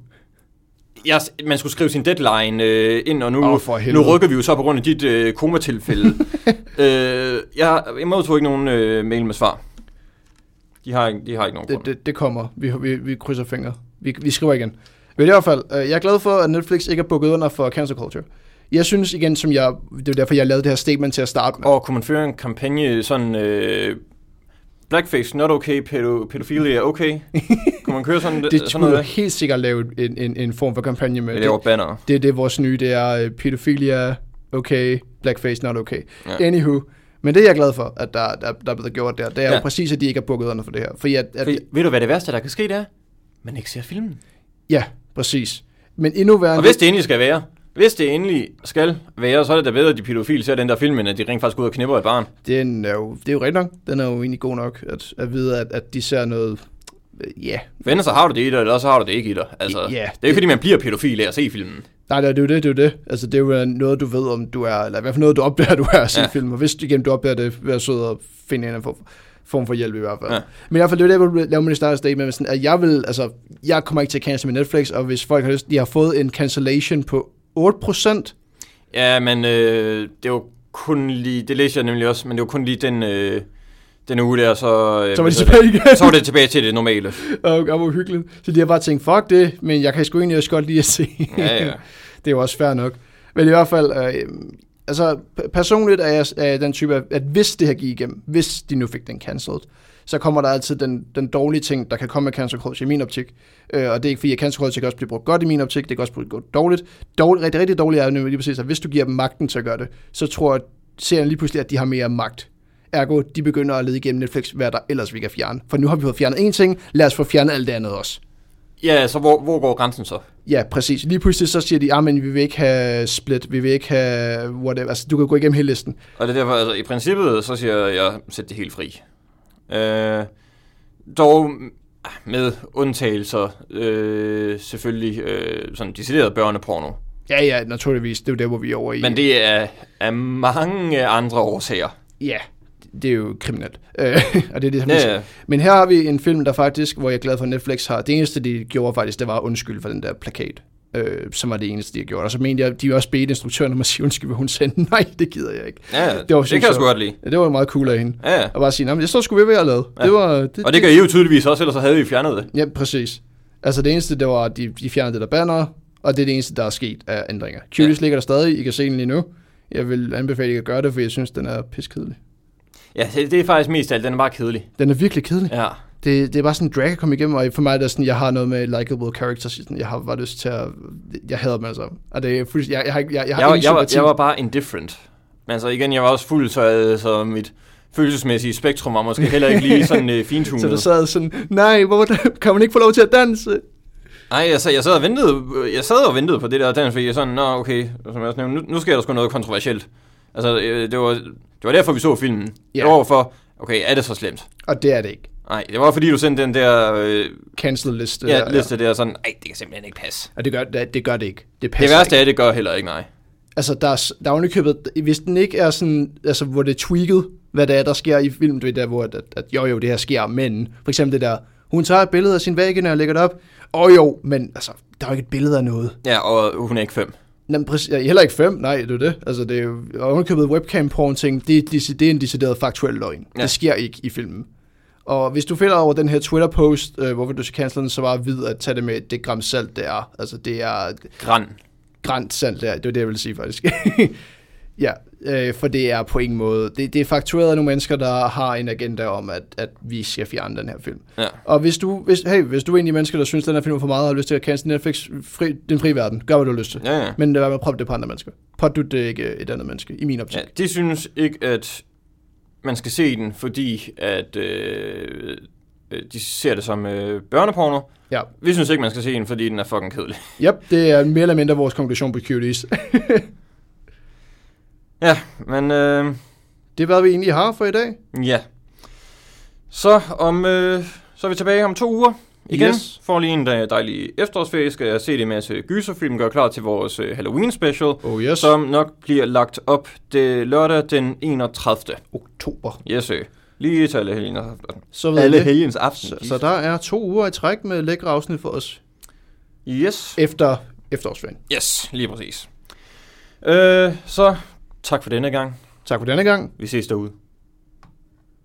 Speaker 1: Jeg, man skulle skrive sin deadline øh, ind, og nu, oh, nu rykker vi jo så på grund af dit øh, komatilfælde. øh, jeg, jeg modtog ikke nogen øh, mail med svar. De har, de har ikke nogen
Speaker 2: det, det, det kommer. Vi, vi, vi krydser fingre. Vi, vi skriver igen. Men i hvert fald, øh, jeg er glad for, at Netflix ikke er bukket under for cancel culture. Jeg synes igen, som jeg, det er derfor, jeg lavede det her statement til at starte med.
Speaker 1: Og kunne man føre en kampagne sådan... Øh, blackface, not okay, pedo, pædofili er okay. Kunne man køre sådan,
Speaker 2: det
Speaker 1: sådan noget?
Speaker 2: Det helt sikkert lave en, en, en form for kampagne med.
Speaker 1: Det laver banner.
Speaker 2: Det er det, vores nye, det er pædofili er okay, blackface not okay. Ja. Anywho. Men det er jeg glad for, at der, der, der er blevet gjort der. Det er ja. jo præcis, at de ikke er bukket under for det her. Fordi at, at,
Speaker 1: Fordi, ved du, hvad det værste, der kan ske, det er? Man ikke ser filmen.
Speaker 2: Ja, præcis. Men endnu værre...
Speaker 1: Og hvis det endelig skal være, hvis det endelig skal være, så er det da bedre, at de pædofile ser den der film, end at de rent faktisk går ud og knipper et barn.
Speaker 2: Den er jo, det er jo rigtig nok. Den er jo egentlig god nok, at, at vide, at, at de ser noget... Ja. Yeah.
Speaker 1: For enten så har du det i dig, eller så har du det ikke i dig. Altså, yeah, det er jo ikke, fordi man bliver pædofil af at se filmen.
Speaker 2: Nej, det er jo det, det er jo det. Altså, det er jo noget, du ved, om du er... Eller i hvert fald noget, du opdager, du er at se ja. film. Og hvis igen, du opdager det, ved at sidde og finde en form, form for hjælp i hvert fald. Ja. Men i hvert fald, det er det, jeg vil lave med det starte sted med, sådan, at jeg vil... Altså, jeg kommer ikke til at cancel med Netflix, og hvis folk har lyst... De har fået en cancellation på otte procent.
Speaker 1: Ja, men øh, det er jo kun lige... Det læser jeg nemlig også, men det er jo kun lige den... Øh, den uge der, så... Øh,
Speaker 2: så var det tilbage igen.
Speaker 1: Så var det tilbage til det normale.
Speaker 2: Okay, hvor hyggeligt. Så de har bare tænkt, fuck det, men jeg kan sgu egentlig også godt lide at se.
Speaker 1: Ja, ja.
Speaker 2: Det er jo også fair nok. Men i hvert fald... Øh, altså, personligt er jeg er den type, at hvis det her gik igennem, hvis de nu fik den cancelled, så kommer der altid den, den dårlige ting, der kan komme med cancel culture i min optik. Øh, og det er ikke fordi, at cancel culture kan også blive brugt godt i min optik, det kan også blive brugt dårligt. Dårligt, rigtig, rigtig dårligt er det lige præcis, at hvis du giver dem magten til at gøre det, så tror jeg, serien lige pludselig, at de har mere magt. Ergo, de begynder at lede igennem Netflix, hvad der ellers vi kan fjerne. For nu har vi fået fjernet en ting, lad os få fjernet alt det andet også.
Speaker 1: Ja, så hvor, hvor går grænsen så?
Speaker 2: Ja, præcis. Lige pludselig så siger de, ah, men vi vil ikke have split, vi vil ikke have whatever. Altså, du kan gå igennem hele listen.
Speaker 1: Og det er derfor, altså i princippet, så siger jeg, sæt det helt fri. Øh, dog med undtagelser, øh, selvfølgelig øh, sådan decideret børneporno.
Speaker 2: Ja, ja, naturligvis. Det er jo der, hvor vi er over i.
Speaker 1: Men det er af mange andre årsager.
Speaker 2: Ja, det er jo kriminelt. og det er det, som
Speaker 1: ja, ja.
Speaker 2: Men her har vi en film, der faktisk, hvor jeg er glad for, at Netflix har. Det eneste, de gjorde faktisk, det var undskyld for den der plakat. Øh, som var det eneste, de har gjort. Og så mente jeg, de også bedte instruktøren om at sige undskyld, hvad hun sendte. Nej, det gider jeg ikke.
Speaker 1: Ja, det, var, det kan jeg sgu godt lide.
Speaker 2: Ja, det var meget cool af hende.
Speaker 1: Ja, ja.
Speaker 2: Og bare sige, jeg står sgu ved, hvad jeg har lavet.
Speaker 1: Ja.
Speaker 2: Det var, det,
Speaker 1: og det gør I jo tydeligvis også, ellers så havde vi fjernet det.
Speaker 2: Ja, præcis. Altså det eneste, det var, at de, de fjernede det der banner, og det er det eneste, der er sket af ændringer. Curious ja. ligger der stadig, I kan se den lige nu. Jeg vil anbefale jer at gøre det, for jeg synes, den er piskedelig.
Speaker 1: Ja, det, det er faktisk mest af alt. Den er bare kedelig.
Speaker 2: Den er virkelig kedelig.
Speaker 1: Ja.
Speaker 2: Det, det er bare sådan en drag at komme igennem, og for mig er det sådan, jeg har noget med likable characters, jeg har bare lyst til at, jeg hader dem altså. Og det er fuldstændig, jeg, jeg, jeg, jeg, jeg har
Speaker 1: jeg,
Speaker 2: ingen
Speaker 1: jeg, var,
Speaker 2: sympati.
Speaker 1: jeg var bare indifferent. Men altså igen, jeg var også fuld, så, så mit følelsesmæssige spektrum var måske heller ikke lige sådan uh, fintunet.
Speaker 2: Så du sad sådan, nej, hvor kan man ikke få lov til at danse?
Speaker 1: Nej, jeg, sad, jeg, sad og ventede, jeg sad og ventede på det der dans, fordi jeg sådan, nå okay, som jeg også nævnte, nu, nu sker der sgu noget kontroversielt. Altså, det var, det var derfor, vi så filmen. Ja. Det var for, okay, er det så slemt?
Speaker 2: Og det er det ikke.
Speaker 1: Nej, det var fordi, du sendte den der... Øh,
Speaker 2: cancel-liste.
Speaker 1: Ja, liste ja. der sådan, nej, det kan simpelthen ikke passe.
Speaker 2: Og det gør det, det, gør det ikke. Det,
Speaker 1: det værste er, det gør heller ikke, nej.
Speaker 2: Altså, der er, der er underkøbet, hvis den ikke er sådan, altså, hvor det er tweaked, hvad det er, der sker i filmen, det er der, hvor, at, at jo, jo, det her sker, men for eksempel det der, hun tager et billede af sin væggen og lægger det op, og jo, men altså, der er jo ikke et billede af noget.
Speaker 1: Ja, og hun er ikke fem.
Speaker 2: Jamen, præcis, ja, heller ikke fem, nej, det er det. Altså, det er jo underkøbet webcam-porn-ting, det, det, det er en decideret faktuel løgn. Ja. Det sker ikke i filmen. Og hvis du finder over den her Twitter-post, øh, hvorfor du skal cancel den, så bare vid at tage det med det gram salt, det er. Altså, det er...
Speaker 1: Gran.
Speaker 2: Grant salt, det er, det er det, jeg vil sige, faktisk. ja, øh, for det er på ingen måde... Det, det er faktureret af nogle mennesker, der har en agenda om, at, at vi skal fjerne den her film.
Speaker 1: Ja.
Speaker 2: Og hvis du, hvis, hey, hvis du er en af de mennesker, der synes, den her film er for meget, og har lyst til at cancel Netflix, fri, den frie verden, gør, hvad du har lyst til.
Speaker 1: Ja, ja.
Speaker 2: Men det var med at prøve det på andre mennesker. Prøv du det ikke et andet menneske, i min optik.
Speaker 1: Ja, de synes ikke, at man skal se den, fordi at øh, de ser det som øh, børneporno. Ja. Vi synes ikke, man skal se den, fordi den er fucking kedelig.
Speaker 2: Yep, det er mere eller mindre vores konklusion på Cuties.
Speaker 1: ja, men... Øh,
Speaker 2: det er, hvad vi egentlig har for i dag.
Speaker 1: Ja. Så, om, øh, så er vi tilbage om to uger. Igen, yes. For lige en dejlig efterårsferie, skal jeg se det masse gyserfilm, gør klar til vores uh, Halloween special,
Speaker 2: oh, yes.
Speaker 1: som nok bliver lagt op det lørdag den enogtredivte
Speaker 2: oktober.
Speaker 1: Yes, øh. Lige til alle helgens
Speaker 2: aften.
Speaker 1: Alle helgens aften.
Speaker 2: Så, så der er to uger i træk med lækre afsnit for os.
Speaker 1: Yes.
Speaker 2: Efter efterårsferien.
Speaker 1: Yes, lige præcis. Øh, så tak for denne gang.
Speaker 2: Tak for denne gang.
Speaker 1: Vi ses derude.